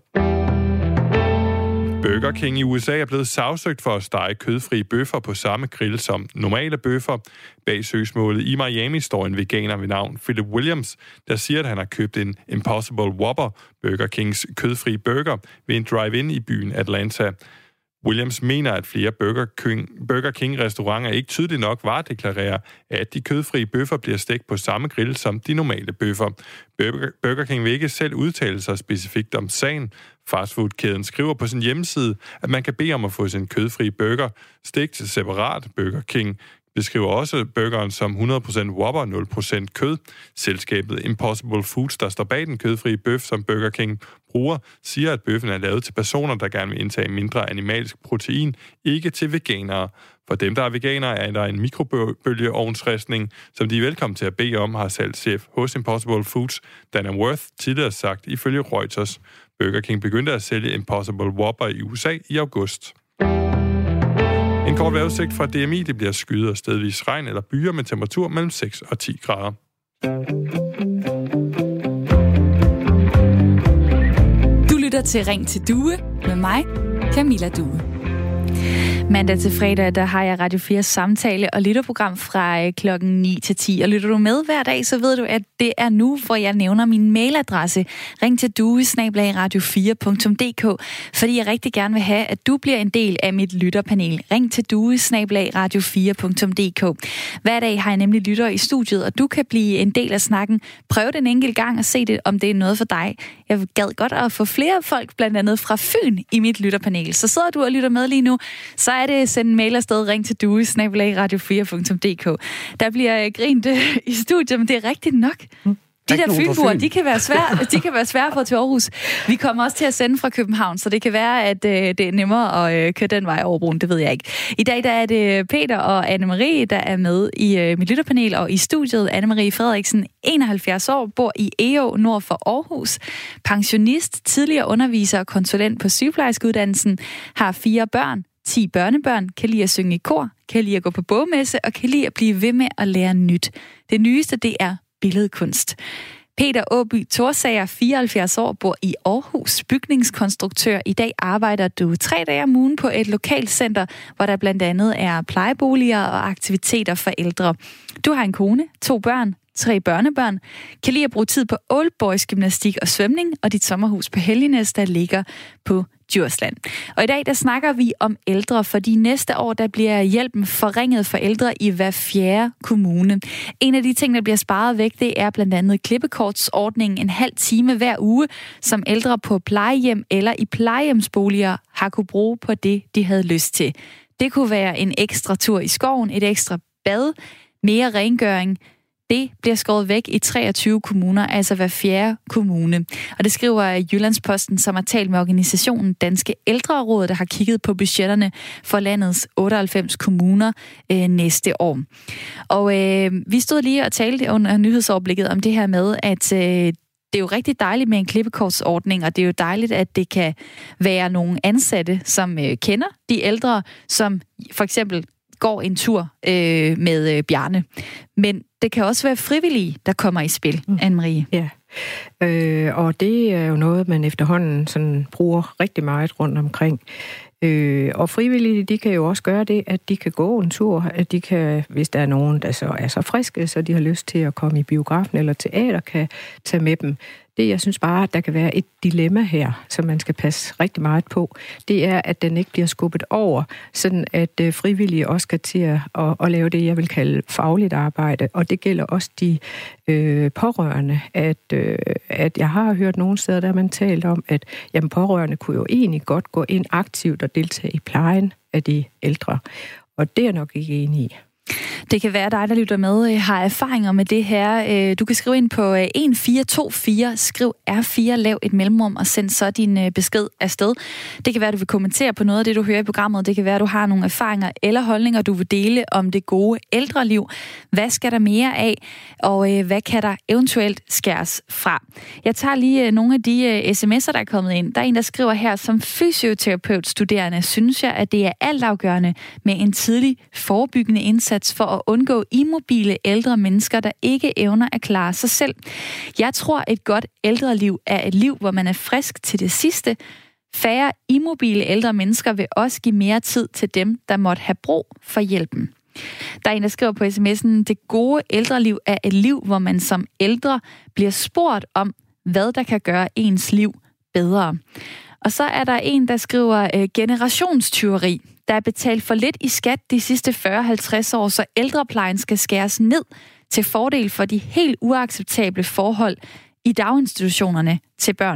Burger King i USA er blevet sagsøgt for at stege kødfrie bøffer på samme grill som normale bøffer. Bag søgsmålet i Miami står en veganer ved navn Philip Williams, der siger, at han har købt en Impossible Whopper, Burger Kings kødfrie burger, ved en drive-in i byen Atlanta. Williams mener, at flere Burger King-restauranter ikke tydeligt nok varedeklarerer, at de kødfrie bøffer bliver stegt på samme grill som de normale bøffer. Burger King vil ikke selv udtale sig specifikt om sagen. Fastfood-kæden skriver på sin hjemmeside, at man kan bede om at få sin kødfrie burger stegt separat. Burger King beskriver også burgeren som 100% Whopper, 0% kød. Selskabet Impossible Foods, der står bag den kødfrie bøf, som Burger King bruger, siger, at bøffen er lavet til personer, der gerne vil indtage mindre animalsk protein, ikke til veganere. For dem, der er veganere, er der en mikrobølgeovnsristning, som de er velkommen til at bede om, har salgschef hos Impossible Foods, Dana Worth, tidligere sagt ifølge Reuters. Burger King begyndte at sælge Impossible Whopper i USA i august. En kort vejrudsigt fra DMI, det bliver skyet og stedvis regn eller byer med temperatur mellem 6 og 10 grader. Du lytter til Ring til Due med mig, Camilla Due. Mandag til fredag, der har jeg Radio 4's samtale- og lytterprogram fra klokken 9 til 10. Og lytter du med hver dag, så ved du, at det er nu, hvor jeg nævner min mailadresse. Ring til due@radio4.dk, fordi jeg rigtig gerne vil have, at du bliver en del af mit lytterpanel. Ring til due@radio4.dk. Hver dag har jeg nemlig lytter i studiet, og du kan blive en del af snakken. Prøv det en enkelt gang og se det, om det er noget for dig. Jeg gad godt at få flere folk, blandt andet fra Fyn, i mit lytterpanel. Så sidder du og lytter med lige nu, så er det send en mail afsted, ring til due@radio4.dk. Der bliver grint i studiet, men det er rigtigt nok. De der fynboer, de kan være svære at få til Aarhus. Vi kommer også til at sende fra København, så det kan være, at det er nemmere at køre den vej over broen, det ved jeg ikke. I dag der er det Peter og Anne-Marie, der er med i mit lytterpanel og i studiet. Anne-Marie Frederiksen, 71 år, bor i Egå nord for Aarhus. Pensionist, tidligere underviser og konsulent på sygeplejerskeuddannelsen, har 4 børn. 10 børnebørn, kan lide at synge i kor, kan lide at gå på bogmesse og kan lide at blive ved med at lære nyt. Det nyeste, det er billedkunst. Peter Åby Thorsager, 74 år, bor i Aarhus, bygningskonstruktør. I dag arbejder du 3 dage om ugen på et lokalcenter, hvor der blandt andet er plejeboliger og aktiviteter for ældre. Du har en kone, 2 børn, 3 børnebørn, kan lide at bruge tid på Old Boys gymnastik og svømning, og dit sommerhus på Helgenæs, der ligger på Djursland. Og i dag, der snakker vi om ældre, fordi næste år, der bliver hjælpen forringet for ældre i hver 4. kommune. En af de ting, der bliver sparet væk, det er blandt andet klippekortsordningen, en halv time hver uge, som ældre på plejehjem eller i plejehjemsboliger har kunne bruge på det, de havde lyst til. Det kunne være en ekstra tur i skoven, et ekstra bad, mere rengøring. Det bliver skåret væk i 23 kommuner, altså hver 4. kommune. Og det skriver Jyllandsposten, som har talt med organisationen Danske Ældreråd, der har kigget på budgetterne for landets 98 kommuner næste år. Og vi stod lige og talte under nyhedsoverblikket om det her med, at det er jo rigtig dejligt med en klippekortsordning, og det er jo dejligt, at det kan være nogle ansatte, som kender de ældre, som for eksempel går en tur med Bjarne. Men det kan også være frivillige, der kommer i spil, Anne-Marie. Ja, og det er jo noget, man efterhånden sådan bruger rigtig meget rundt omkring. Og frivillige, de kan jo også gøre det, at de kan gå en tur, at de kan, hvis der er nogen, der så er så friske, så de har lyst til at komme i biografen eller teater, kan tage med dem. Det, jeg synes bare, at der kan være et dilemma her, som man skal passe rigtig meget på, det er, at den ikke bliver skubbet over, sådan at frivillige også skal til at lave det, jeg vil kalde fagligt arbejde. Og det gælder også de pårørende, at jeg har hørt nogle steder, der man talt om, at jamen, pårørende kunne jo egentlig godt gå ind aktivt og deltage i plejen af de ældre. Og det er jeg nok ikke enig i. Det kan være dig, der lytter med, har erfaringer med det her. Du kan skrive ind på 1424, skriv R4, lav et mellemrum og send så din besked afsted. Det kan være, du vil kommentere på noget af det, du hører i programmet. Det kan være, du har nogle erfaringer eller holdninger, du vil dele om det gode ældreliv. Hvad skal der mere af, og hvad kan der eventuelt skæres fra? Jeg tager lige nogle af de sms'er, der er kommet ind. Der er en, der skriver her, som fysioterapeutstuderende synes jeg, at det er altafgørende med en tidlig forebyggende indsats for at undgå immobile ældre mennesker, der ikke evner at klare sig selv. Jeg tror, et godt ældreliv er et liv, hvor man er frisk til det sidste. Færre immobile ældre mennesker vil også give mere tid til dem, der måtte have brug for hjælpen. Der er en, der skriver på sms'en, det gode ældreliv er et liv, hvor man som ældre bliver spurgt om, hvad der kan gøre ens liv bedre. Og så er der en, der skriver generationstyveri. Der er betalt for lidt i skat de sidste 40-50 år, så ældreplejen skal skæres ned til fordel for de helt uacceptable forhold i daginstitutionerne til børnene.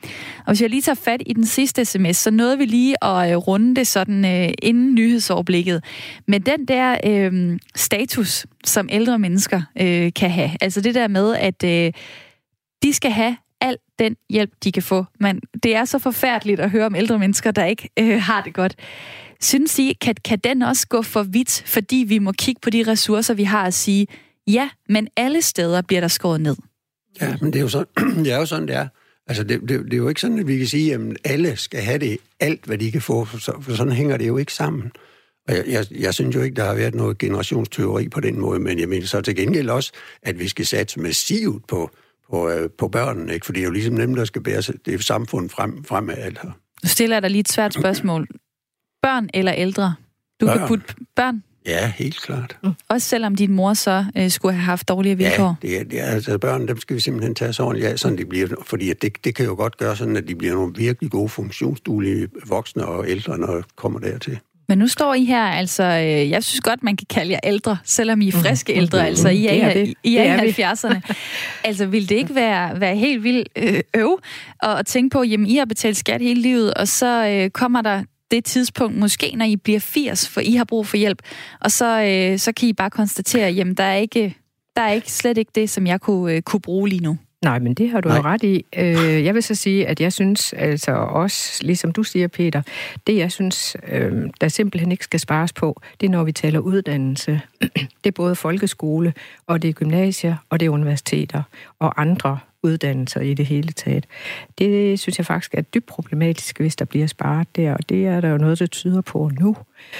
Og hvis jeg lige tager fat i den sidste sms, så nåede vi lige at runde det sådan inden nyhedsoverblikket. Men den der status, som ældre mennesker kan have, altså det der med, at de skal have al den hjælp, de kan få. Men det er så forfærdeligt at høre om ældre mennesker, der ikke har det godt. Synes I, kan den også gå for vidt, fordi vi må kigge på de ressourcer, vi har at sige, ja, men alle steder bliver der skåret ned? Ja, men det er jo sådan, det er jo sådan, det er. Altså, det er jo ikke sådan, at vi kan sige, at alle skal have det, alt, hvad de kan få, for sådan hænger det jo ikke sammen. Og jeg synes jo ikke, der har været noget generationsteori på den måde, men jeg mener så til gengæld også, at vi skal satse massivt på børnene, ikke? For det er jo ligesom dem, der skal bære det samfund fremad. Altså. Nu stiller jeg dig lige et svært spørgsmål. Børn eller ældre? Du kan putte børn? Ja, helt klart. Også selvom din mor så skulle have haft dårlige vilkår? Ja, det er altså børn, dem skal vi simpelthen tage så ordentligt af, sådan de bliver, fordi at det kan jo godt gøre sådan, at de bliver nogle virkelig gode, funktionsduelige voksne og ældre, når de kommer dertil. Men nu står I her, altså, jeg synes godt, man kan kalde jer ældre, selvom I er friske ældre, altså I er i 70'erne. Altså, vil det ikke være helt vildt at tænke på, jamen I har betalt skat hele livet, og så kommer der det tidspunkt, måske når I bliver 80, for I har brug for hjælp, og så kan I bare konstatere, jamen der er slet ikke det, som jeg kunne bruge lige nu. Nej, men det har du jo ret i. Jeg vil så sige, at jeg synes altså også, ligesom du siger, Peter, det jeg synes, der simpelthen ikke skal spares på, det er, når vi taler uddannelse. Det er både folkeskole, og det er gymnasier, og det er universiteter, og andre uddannelser i det hele taget. Det synes jeg faktisk er dybt problematisk, hvis der bliver sparet der, og det er der jo noget, der tyder på nu.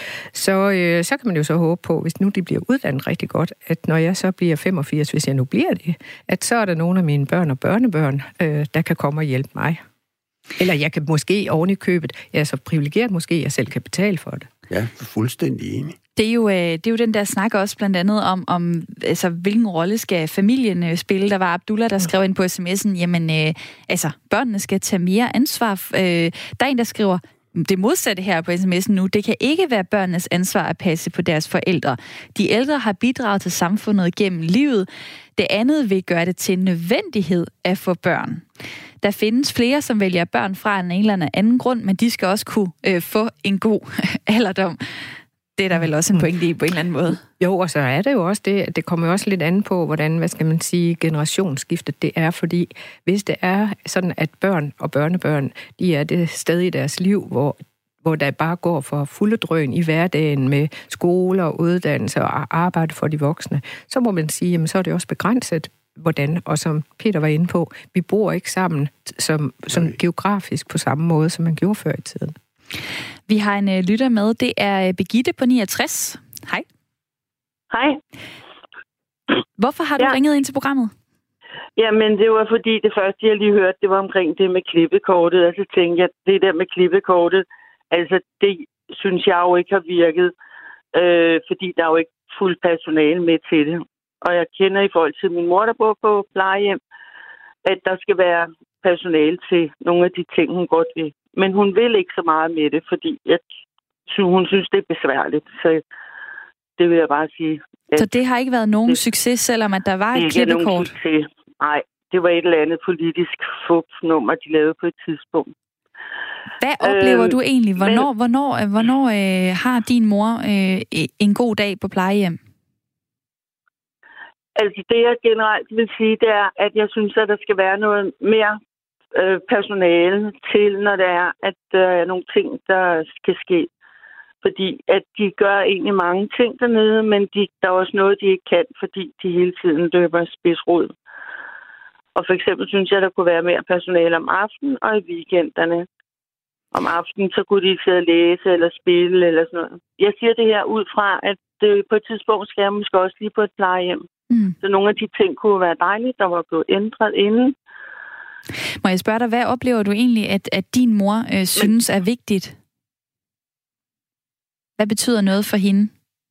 Så kan man jo så håbe på, hvis nu de bliver uddannet rigtig godt, at når jeg så bliver 85, hvis jeg nu bliver det, at så er der nogle af mine børn og børnebørn, der kan komme og hjælpe mig. Eller jeg kan måske oven i købet, jeg er så privilegeret måske, at jeg selv kan betale for det. Ja, fuldstændig enig. Det er jo den der snak også blandt andet om altså, hvilken rolle skal familien spille. Der var Abdullah, der skrev ind på sms'en, jamen, børnene skal tage mere ansvar. Der er en, der skriver, det modsatte her på sms'en nu, det kan ikke være børnenes ansvar at passe på deres forældre. De ældre har bidraget til samfundet gennem livet. Det andet vil gøre det til en nødvendighed at få børn. Der findes flere, som vælger børn fra en eller anden grund, men de skal også kunne få en god alderdom. Det er der vel også en pointe i på en eller anden måde. Jo, og så er det jo også det, at det kommer jo også lidt an på, hvordan, hvad skal man sige, generationsskiftet det er, fordi hvis det er sådan, at børn og børnebørn, de er det sted i deres liv, hvor der bare går for fulde drøn i hverdagen med skole og uddannelse og arbejde for de voksne, så må man sige, jamen så er det også begrænset, hvordan, og som Peter var inde på, vi bor ikke sammen som geografisk på samme måde, som man gjorde før i tiden. Vi har en lytter med. Det er Birgitte på 69. Hej. Hej. Hvorfor har du ringet ind til programmet? Jamen, det var fordi det første, jeg lige hørte, det var omkring det med klippekortet. Og så tænkte jeg, det der med klippekortet, altså det synes jeg jo ikke har virket, fordi der er jo ikke fuld personale med til det. Og jeg kender i forhold til min mor, der bor på plejehjem, at der skal være personale til nogle af de ting, hun godt vil. Men hun vil ikke så meget med det, fordi hun synes, det er besværligt. Så det vil jeg bare sige. Så det har ikke været nogen succes, selvom at der var et klippekort? Nej, det var et eller andet politisk fupnummer, de lavede på et tidspunkt. Hvad oplever du egentlig? Hvornår har din mor en god dag på plejehjem? Altså det, jeg generelt vil sige, det er, at jeg synes, at der skal være noget mere personale til, når det er, at der er nogle ting, der skal ske. Fordi at de gør egentlig mange ting dernede, men der er også noget, de ikke kan, fordi de hele tiden løber spidsrod. Og for eksempel synes jeg, der kunne være mere personale om aftenen og i weekenderne. Om aftenen, så kunne de sidde og læse eller spille eller sådan noget. Jeg siger det her ud fra, at på et tidspunkt skal jeg måske også lige på et plejehjem. Så nogle af de ting kunne være dejligt, der var blevet ændret inden. Må jeg spørge dig, hvad oplever du egentlig, at din mor synes er vigtigt? Hvad betyder noget for hende?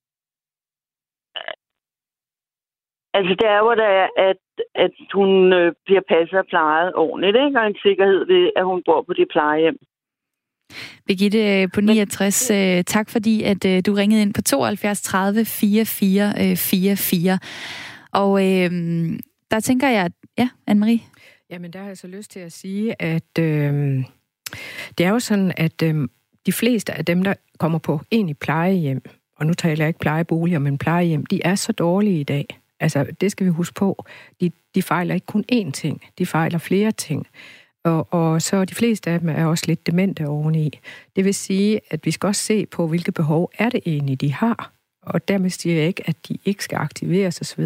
Altså, det er jo, at hun bliver passet og plejet ordentligt, ikke? Og en sikkerhed ved, at hun bor på det plejehjem. Birgitte på 69, tak fordi, at du ringede ind på 72 30 44 44. Og der tænker jeg, ja, Anne-Marie? Jamen, der har jeg så lyst til at sige, at det er jo sådan, at de fleste af dem, der kommer på egentlig plejehjem, og nu taler jeg ikke plejeboliger, men plejehjem, de er så dårlige i dag. Altså, det skal vi huske på. De fejler ikke kun én ting, de fejler flere ting. Og så de fleste af dem er også lidt demente oveni. Det vil sige, at vi skal også se på, hvilke behov er det egentlig, de har. Og dermed siger jeg ikke, at de ikke skal aktiveres osv.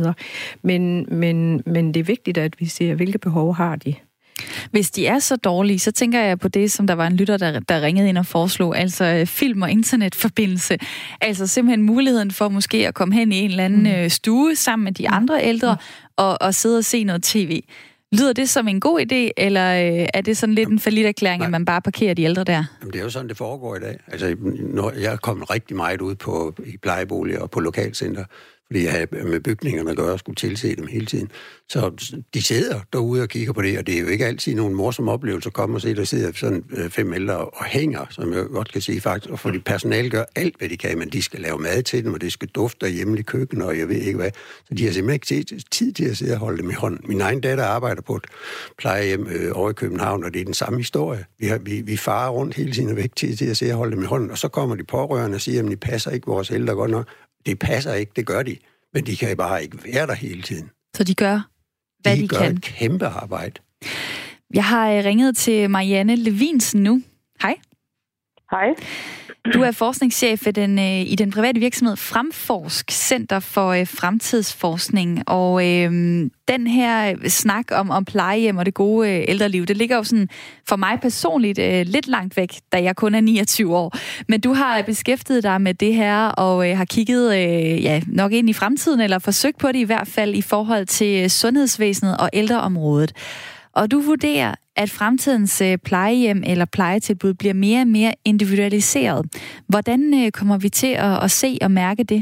Men det er vigtigt, at vi ser, hvilke behov har de. Hvis de er så dårlige, så tænker jeg på det, som der var en lytter, der ringede ind og foreslog, altså film- og internetforbindelse. Altså simpelthen muligheden for måske at komme hen i en eller anden stue sammen med de andre ældre og sidde og se noget tv. Lyder det som en god idé, eller er det sådan lidt en falliterklæring, at man bare parkerer de ældre der? Jamen, det er jo sådan, det foregår i dag. Altså, når jeg er kommet rigtig meget ud i plejeboliger og på lokalcenter, fordi jeg havde med bygningerne at gøre og skulle tilse dem hele tiden. Så de sidder derude og kigger på det, og det er jo ikke altid nogen morsom oplevelse at komme og se, der sidder sådan 5 ældre og hænger, som jeg godt kan sige faktisk, og fordi personale gør alt, hvad de kan, men de skal lave mad til dem, og det skal dufte hjemme i køkken, og jeg ved ikke hvad. Så de har simpelthen ikke tid til at sidde og holde dem i hånden. Min egen datter arbejder på et plejehjem over i København, og det er den samme historie. Vi farer rundt hele tiden og væk tid til at sidde og holde dem i hånden, og så kommer de pårørende og siger, at de passer ikke vores ældre godt nok. Det passer ikke, det gør de. Men de kan bare ikke være der hele tiden. Så de gør, hvad de kan? De gør et kæmpe arbejde. Jeg har ringet til Marianne Levinsen nu. Hej. Hej. Du er forskningschef i den private virksomhed Fremforsk, Center for Fremtidsforskning. Og den her snak om plejehjem og det gode ældreliv, det ligger jo sådan for mig personligt lidt langt væk, da jeg kun er 29 år. Men du har beskæftiget dig med det her og har kigget nok ind i fremtiden, eller forsøgt på det i hvert fald i forhold til sundhedsvæsenet og ældreområdet. Og du vurderer, at fremtidens plejehjem eller plejetilbud bliver mere og mere individualiseret. Hvordan kommer vi til at se og mærke det?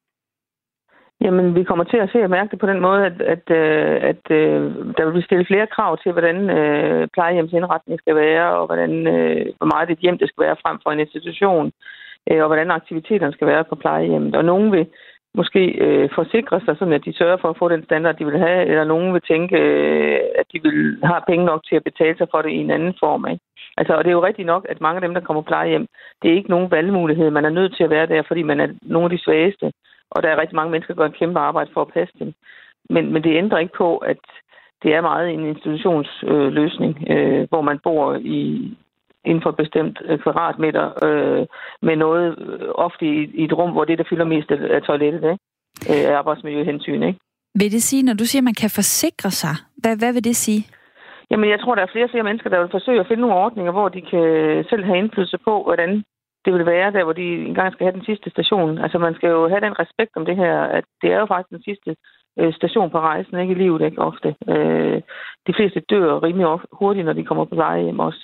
Jamen, vi kommer til at se og mærke det på den måde, at der vil blive stillet flere krav til, hvordan plejehjemsindretning skal være, og hvor meget et hjem det skal være frem for en institution, og hvordan aktiviteterne skal være på plejehjemmet. Og nogen vil måske forsikre sig, sådan at de sørger for at få den standard, de vil have, eller nogen vil tænke, at de vil have penge nok til at betale sig for det i en anden form. Ikke? Altså, og det er jo rigtigt nok, at mange af dem, der kommer på plejehjem, det er ikke nogen valgmulighed. Man er nødt til at være der, fordi man er nogle af de svageste, og der er rigtig mange mennesker, der gør et kæmpe arbejde for at passe dem. Men det ændrer ikke på, at det er meget en institutionsløsning, hvor man bor inden for et bestemt kvadratmeter med noget ofte i et rum, hvor det, der fylder mest, er toilettet, ikke? Arbejdsmiljøhensyn, ikke? Vil det sige, når du siger, at man kan forsikre sig, hvad vil det sige? Jamen, jeg tror, der er flere og flere mennesker, der vil forsøge at finde nogle ordninger, hvor de kan selv have indflydelse på, hvordan det vil være der, hvor de engang skal have den sidste station. Altså, man skal jo have den respekt om det her, at det er jo faktisk den sidste station på rejsen, ikke i livet, ikke ofte. De fleste dør rimelig hurtigt, når de kommer på plejehjem også.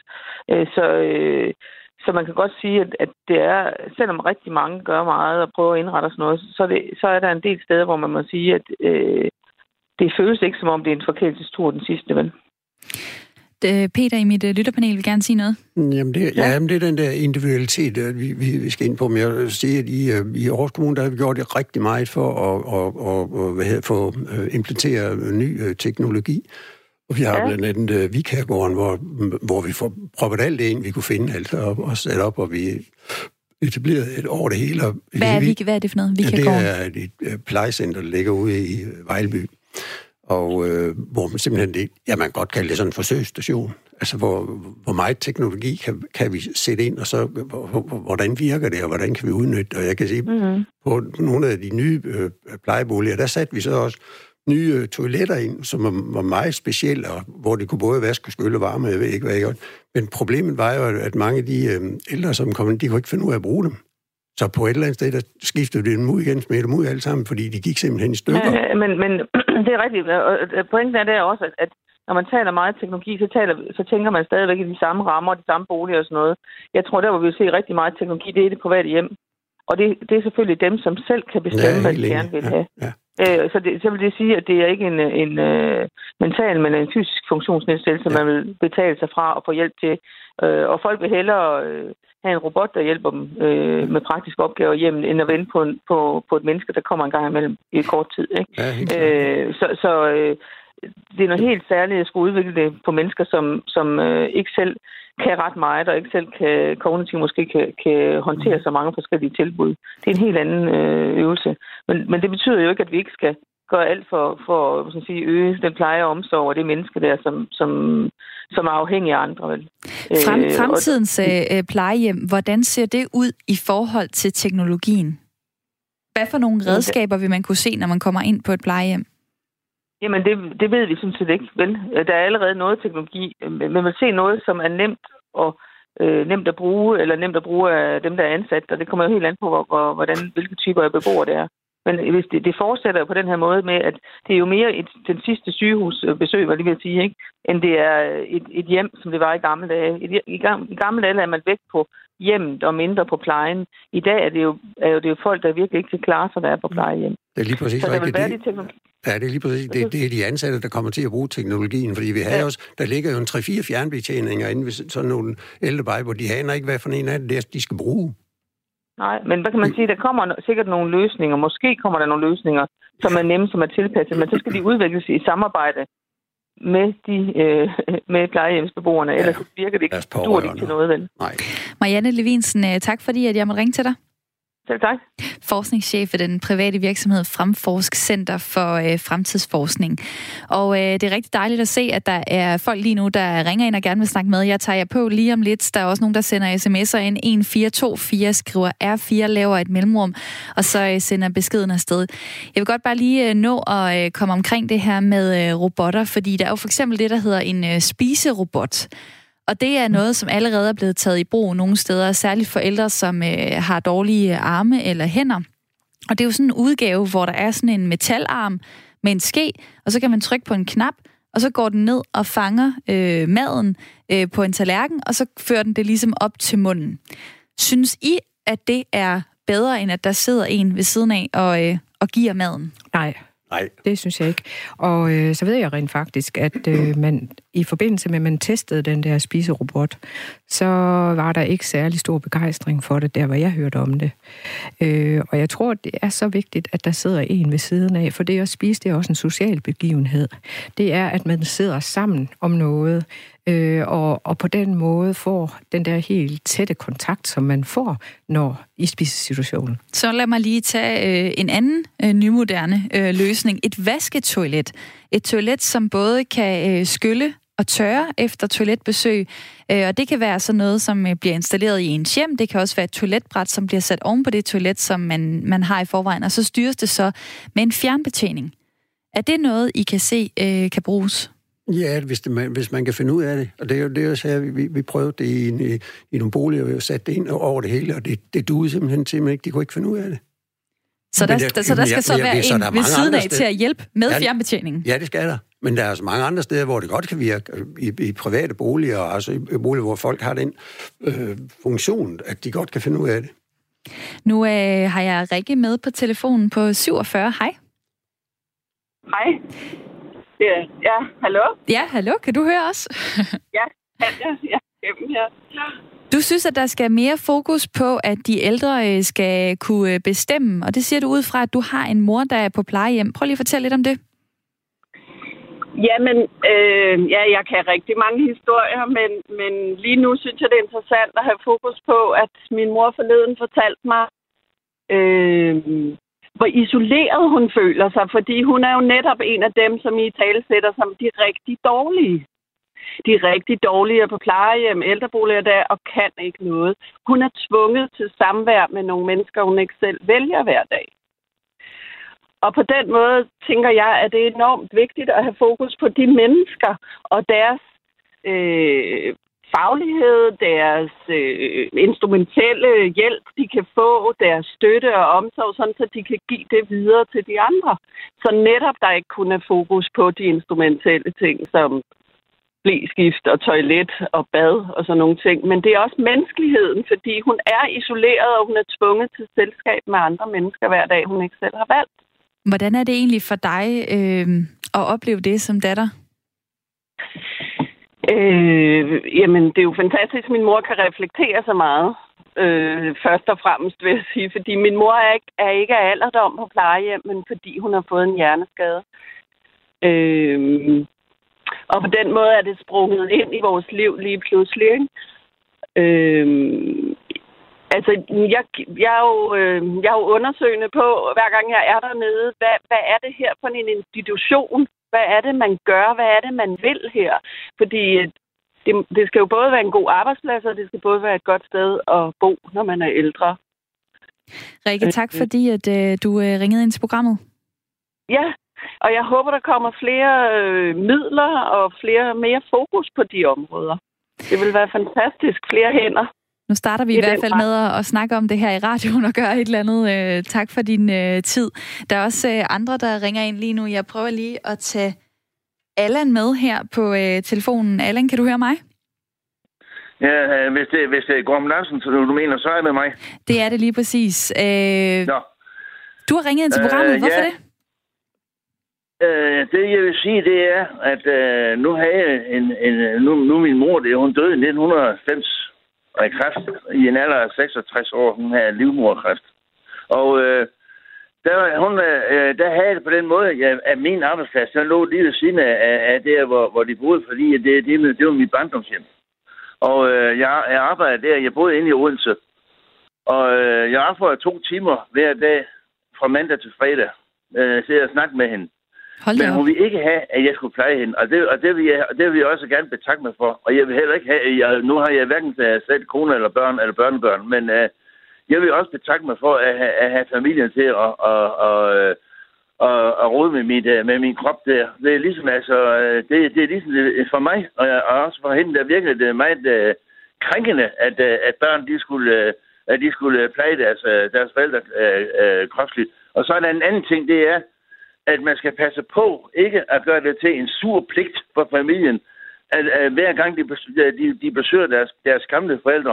Så man kan godt sige, at det er, selvom rigtig mange gør meget og prøver at indrette sådan noget, så er der en del steder, hvor man må sige, at det føles ikke som om, det er en forkælelsestur den sidste, vel? Peter i mit lytterpanel vil gerne sige noget. Jamen det er den der individualitet, vi skal ind på. Men jeg vil sige, at i Aarhus Kommune, der har vi gjort det rigtig meget for at få implementeret ny teknologi. Og vi har blandt andet Vikargården, hvor vi får proppet alt det ind, vi kunne finde, altså, og sat op, og vi etableret et over det hele. Hvad er det for noget, Vikargården? Det er et plejecenter, der ligger ude i Vejleby. Og hvor man simpelthen man kan godt kalde det sådan en forsøgsstation. Altså, hvor meget teknologi kan vi sætte ind, og så hvordan virker det, og hvordan kan vi udnytte det. Og jeg kan sige, på nogle af de nye plejeboliger, der satte vi så også nye toiletter ind, som var meget specielle, og hvor det kunne både vaske, skylle, varme, jeg ved ikke, hvad jeg gør. Men problemet var jo, at mange af de ældre, som kom ind, de kunne ikke finde ud af at bruge dem. Så på et eller andet sted, der skiftede de dem ud igen, smed dem ud alle sammen, fordi de gik simpelthen i stykker. Men det er rigtigt. Og pointen er der også, at når man taler meget teknologi, så tænker man stadigvæk i de samme rammer, de samme boliger og sådan noget. Jeg tror, der hvor vi vil se rigtig meget teknologi, det er det private hjem. Og det er selvfølgelig dem, som selv kan bestemme, hvad de gerne vil have. Ja. Så vil det sige, at det er ikke en mental, men en fysisk funktionsnedsættelse, man vil betale sig fra og få hjælp til. Og folk vil hellere have en robot, der hjælper dem med praktiske opgaver hjemme, end at vente på et menneske, der kommer en gang imellem i kort tid. Ikke? Ja, det er noget helt særligt at skulle udvikle det på mennesker, som ikke selv kan ret meget, og ikke selv kan kognitivt måske kan håndtere så mange forskellige tilbud. Det er en helt anden øvelse. Men det betyder jo ikke, at vi ikke skal gøre alt for at øge den pleje og omsorg og det menneske der, som er afhængige af andre. Vel? Fremtidens plejehjem, hvordan ser det ud i forhold til teknologien? Hvad for nogle redskaber vil man kunne se, når man kommer ind på et plejehjem? Jamen, det ved vi sådan set ikke, vel? Der er allerede noget teknologi, men man vil se noget, som er nemt at bruge, eller nemt at bruge af dem, der er ansat, og det kommer jo helt an på, hvilke typer af beboere det er. Men hvis det fortsætter på den her måde med, at det er jo mere den sidste sygehusbesøg, hvad det vil sige, ikke? End det er et hjem, som det var i gamle dage. I gamle dage er man væk på hjemmet og mindre på plejen. I dag er det jo folk, der virkelig ikke kan klare sig, der er på plejehjem. Det er lige præcis så rigtigt. Ja, det er lige præcis. Det er de ansatte, der kommer til at bruge teknologien, fordi vi har også, der ligger jo en 3-4 fjernbetjeninger inde ved sådan nogle ældrebej, hvor de aner ikke, hvad for en af det de skal bruge. Nej, men hvad kan man sige? Der kommer sikkert nogle løsninger. Måske kommer der nogle løsninger, som er nemme, som er tilpasset, men så skal de udvikles i samarbejde med plejehjemsbeboerne, ellers virker det ikke stort til noget, vel? Nej. Marianne Levinsen, tak fordi jeg måtte ringe til dig. Selv tak. Forskningschef ved den private virksomhed Fremforsk Center for Fremtidsforskning. Og det er rigtig dejligt at se, at der er folk lige nu, der ringer ind og gerne vil snakke med. Jeg tager jer på lige om lidt. Der er også nogen, der sender sms'er ind. 1424 skriver R4, laver et mellemrum, og så sender beskeden afsted. Jeg vil godt bare lige nå at komme omkring det her med robotter, fordi der er jo for eksempel det, der hedder en spiserobot. Og det er noget, som allerede er blevet taget i brug nogle steder, særligt for ældre, som har dårlige arme eller hænder. Og det er jo sådan en udgave, hvor der er sådan en metalarm med en ske, og så kan man trykke på en knap, og så går den ned og fanger maden på en tallerken, og så fører den det ligesom op til munden. Synes I, at det er bedre, end at der sidder en ved siden af og giver maden? Nej. Det synes jeg ikke. Og så ved jeg rent faktisk, at man i forbindelse med, at man testede den der spiserobot, så var der ikke særlig stor begejstring for det, der hvor jeg hørte om det. Og jeg tror, det er så vigtigt, at der sidder en ved siden af, for det at spise, det er også en social begivenhed. Det er, at man sidder sammen om noget, og på den måde får den der helt tætte kontakt, som man får, når i spisesituationen. Så lad mig lige tage en anden nymoderne løsning. Et vasketoilet. Et toilet, som både kan skylle og tørre efter toiletbesøg. Og det kan være sådan noget, som bliver installeret i ens hjem. Det kan også være et toiletbræt, som bliver sat oven på det toilet, som man har i forvejen. Og så styres det så med en fjernbetjening. Er det noget, I kan se kan bruges? Ja, hvis man kan finde ud af det. Og det er jo så, vi prøvede det i nogle boliger, og vi har sat det ind over det hele, og det duede simpelthen til, men de kunne ikke finde ud af det. Så der skal så være en ved siden af til at hjælpe med fjernbetjeningen? Ja, det skal der. Men der er så mange andre steder, hvor det godt kan virke i private boliger, altså i boliger, hvor folk har den funktion, at de godt kan finde ud af det. Nu har jeg Rikke med på telefonen på 47. Hej. Hej. Ja, hallo? Ja, hallo. Kan du høre os? Ja. Du synes, at der skal mere fokus på, at de ældre skal kunne bestemme, og det siger du ud fra, at du har en mor, der er på plejehjem. Prøv lige at fortælle lidt om det. Jamen, jeg kan rigtig mange historier, men lige nu synes jeg, det er interessant at have fokus på, at min mor forleden fortalte mig, hvor isoleret hun føler sig, fordi hun er jo netop en af dem, som i tale sætter som de rigtig dårlige. De er rigtig dårlige på plejehjem, ældreboliger der, og kan ikke noget. Hun er tvunget til samvær med nogle mennesker, hun ikke selv vælger hver dag. Og på den måde tænker jeg, at det er enormt vigtigt at have fokus på de mennesker og deres faglighed, deres instrumentelle hjælp, de kan få, deres støtte og omsorg, sådan så de kan give det videre til de andre. Så netop der ikke kun er fokus på de instrumentelle ting, som bleskift og toilet og bad og sådan nogle ting. Men det er også menneskeligheden, fordi hun er isoleret, og hun er tvunget til selskab med andre mennesker hver dag, hun ikke selv har valgt. Hvordan er det egentlig for dig at opleve det som datter? Jamen, det er jo fantastisk, at min mor kan reflektere så meget. Først og fremmest vil jeg sige, fordi min mor er ikke af alderdom på plejehjem, men fordi hun har fået en hjerneskade. Og på den måde er det sprunget ind i vores liv lige pludselig, ikke? Altså, jeg er jo undersøgende på, hver gang jeg er dernede, hvad er det her for en institution? Hvad er det, man gør? Hvad er det, man vil her? Fordi det skal jo både være en god arbejdsplads, og det skal både være et godt sted at bo, når man er ældre. Rikke, tak fordi at du ringede ind til programmet. Ja, og jeg håber, der kommer flere midler og mere fokus på de områder. Det vil være fantastisk. Flere hænder. Nu starter vi i hvert fald med at snakke om det her i radioen og gøre et eller andet. Tak for din tid. Der er også andre, der ringer ind lige nu. Jeg prøver lige at tage Allan med her på telefonen. Allan, kan du høre mig? Ja, hvis det er Gorm Larsen, så du mener, så er det mig. Det er det lige præcis. Du har ringet ind til programmet. Hvorfor det? Det jeg vil sige, det er, at nu har jeg nu min mor, hun døde i 1990 af kræft i en alder af 66 år. Hun havde livmoderkræft. Og der havde jeg det på den måde, at min arbejdsplads, den lå lige ved siden af der, hvor de boede, fordi det var mit barndomshjem. Og jeg arbejdede der, jeg boede inde i Odense. Og jeg arbejdede 2 timer hver dag fra mandag til fredag. Så jeg snakkede med hende. Men hun vil ikke have, at jeg skulle pleje hende. Og det vil jeg også gerne betakke mig for. Og jeg vil heller ikke have, nu har jeg hverken selv kone eller børn eller børnebørn, men jeg vil også betakke mig for at have familien til at rode med min krop der. Det er ligesom, altså, det er ligesom for mig, og også for hende, der virkelig det er meget krænkende, at børn, de skulle pleje deres forældre kropsligt. Og så er der en anden ting, det er, at man skal passe på ikke at gøre det til en sur pligt for familien, at hver gang de besøger deres gamle forældre,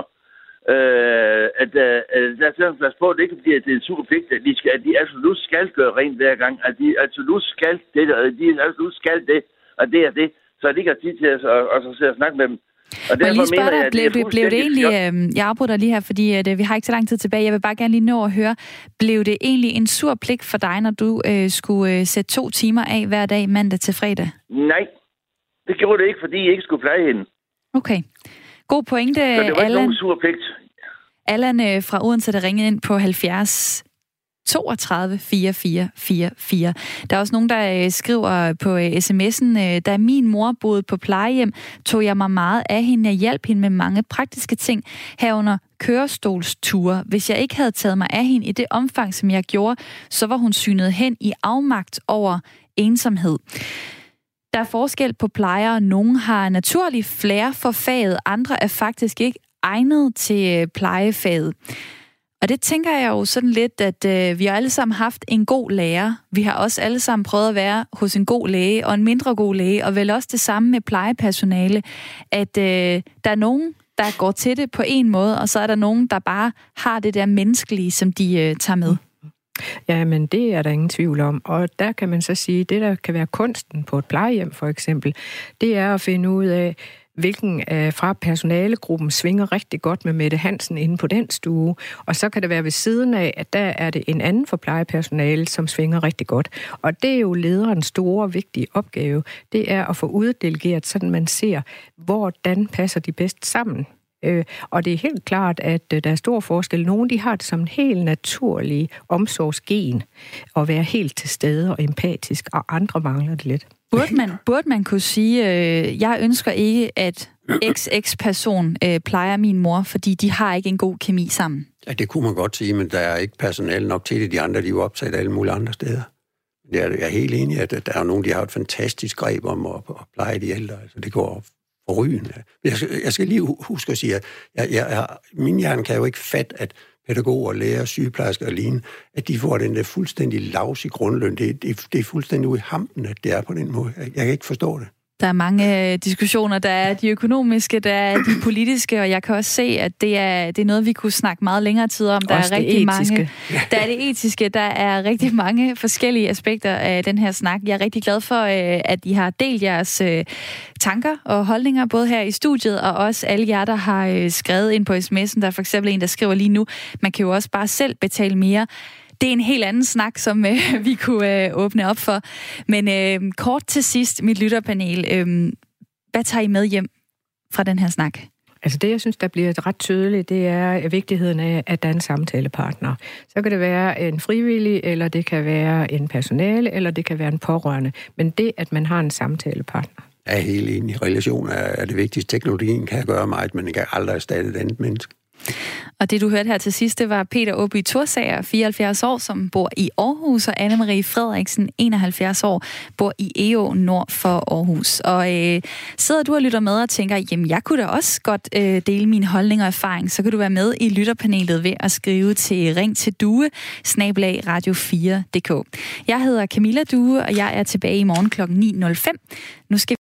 at der skal man passe på, at det ikke bliver til en sur pligt, at de absolut skal gøre rent hver gang, at de absolut skal det, og de absolut skal det, og det er det, så de ikke har tid til at så sidde og snakke med dem. Og jeg lige spørge dig, blev det egentlig, jeg afbryder lige her, fordi vi har ikke så lang tid tilbage, jeg vil bare gerne lige nå at høre, blev det egentlig en sur pligt for dig, når du skulle sætte 2 timer af hver dag, mandag til fredag? Nej, det gjorde det ikke, fordi jeg ikke skulle pleje hende. Okay. God pointe, Allan. Så det var ikke nogen sur pligt. Allan fra Odense, der ringede ind på 70 32 44 44. Der er også nogen, der skriver på sms'en, da min mor boede på plejehjem, tog jeg mig meget af hende. Jeg hjalp hende med mange praktiske ting, herunder kørestolsture. Hvis jeg ikke havde taget mig af hende i det omfang, som jeg gjorde, så var hun synet hen i afmagt over ensomhed. Der er forskel på plejere. Nogle har naturlig flair for faget, andre er faktisk ikke egnet til plejefaget. Og det tænker jeg jo sådan lidt, at vi har alle sammen haft en god lærer. Vi har også alle sammen prøvet at være hos en god læge og en mindre god læge, og vel også det samme med plejepersonale, at der er nogen, der går til det på en måde, og så er der nogen, der bare har det der menneskelige, som de tager med. Ja, men det er der ingen tvivl om. Og der kan man så sige, det der kan være kunsten på et plejehjem for eksempel, det er at finde ud af, hvilken fra personalegruppen svinger rigtig godt med Mette Hansen inde på den stue. Og så kan det være ved siden af, at der er det en anden for plejepersonale, som svinger rigtig godt. Og det er jo lederens store, vigtige opgave. Det er at få uddelegeret, sådan man ser, hvordan passer de bedst sammen. Og det er helt klart, at der er stor forskel. Nogle de har det som en helt naturlig omsorgsgen at være helt til stede og empatisk, og andre mangler det lidt. Burde man kunne sige, jeg ønsker ikke, at XX-person plejer min mor, fordi de har ikke en god kemi sammen? Ja, det kunne man godt sige, men der er ikke personale nok til det. De andre, de er jo optaget alle mulige andre steder. Jeg er helt enig, at der er nogen, der har et fantastisk greb om at pleje de ældre. Altså, det går forrygende. Jeg skal lige huske at sige, at min hjerne kan jo ikke fatte, at pædagoger, lærer, sygeplejersker og lignende, at de får den der fuldstændig lavsig grundløn. Det er fuldstændig ude i hampen, at det er på den måde. Jeg kan ikke forstå det. Der er mange diskussioner. Der er de økonomiske, der er de politiske, og jeg kan også se, at det er noget, vi kunne snakke meget længere tid om. Der er rigtig mange. Der er det etiske. Der er rigtig mange forskellige aspekter af den her snak. Jeg er rigtig glad for, at I har delt jeres tanker og holdninger, både her i studiet, og også alle jer, der har skrevet ind på sms'en. Der er for eksempel en, der skriver lige nu, man kan jo også bare selv betale mere. Det er en helt anden snak, som vi kunne åbne op for. Men kort til sidst, mit lytterpanel. Hvad tager I med hjem fra den her snak? Altså det, jeg synes, der bliver ret tydeligt, det er vigtigheden af, at der er en samtalepartner. Så kan det være en frivillig, eller det kan være en personale, eller det kan være en pårørende. Men det, at man har en samtalepartner. Jeg er helt enig. Relation er det vigtigste. Teknologien kan gøre meget, men den kan aldrig erstatte et andet menneske. Og det, du hørte her til sidst, det var Peter Åby Thorsager, 74 år, som bor i Aarhus, og Anne-Marie Frederiksen, 71 år, bor i Egå nord for Aarhus. Og sidder du og lytter med og tænker, jamen jeg kunne da også godt dele mine holdninger og erfaring, så kan du være med i lytterpanelet ved at skrive til ring til Due, @radio4.dk. Jeg hedder Camilla Due, og jeg er tilbage i morgen kl. 9.05. Nu skal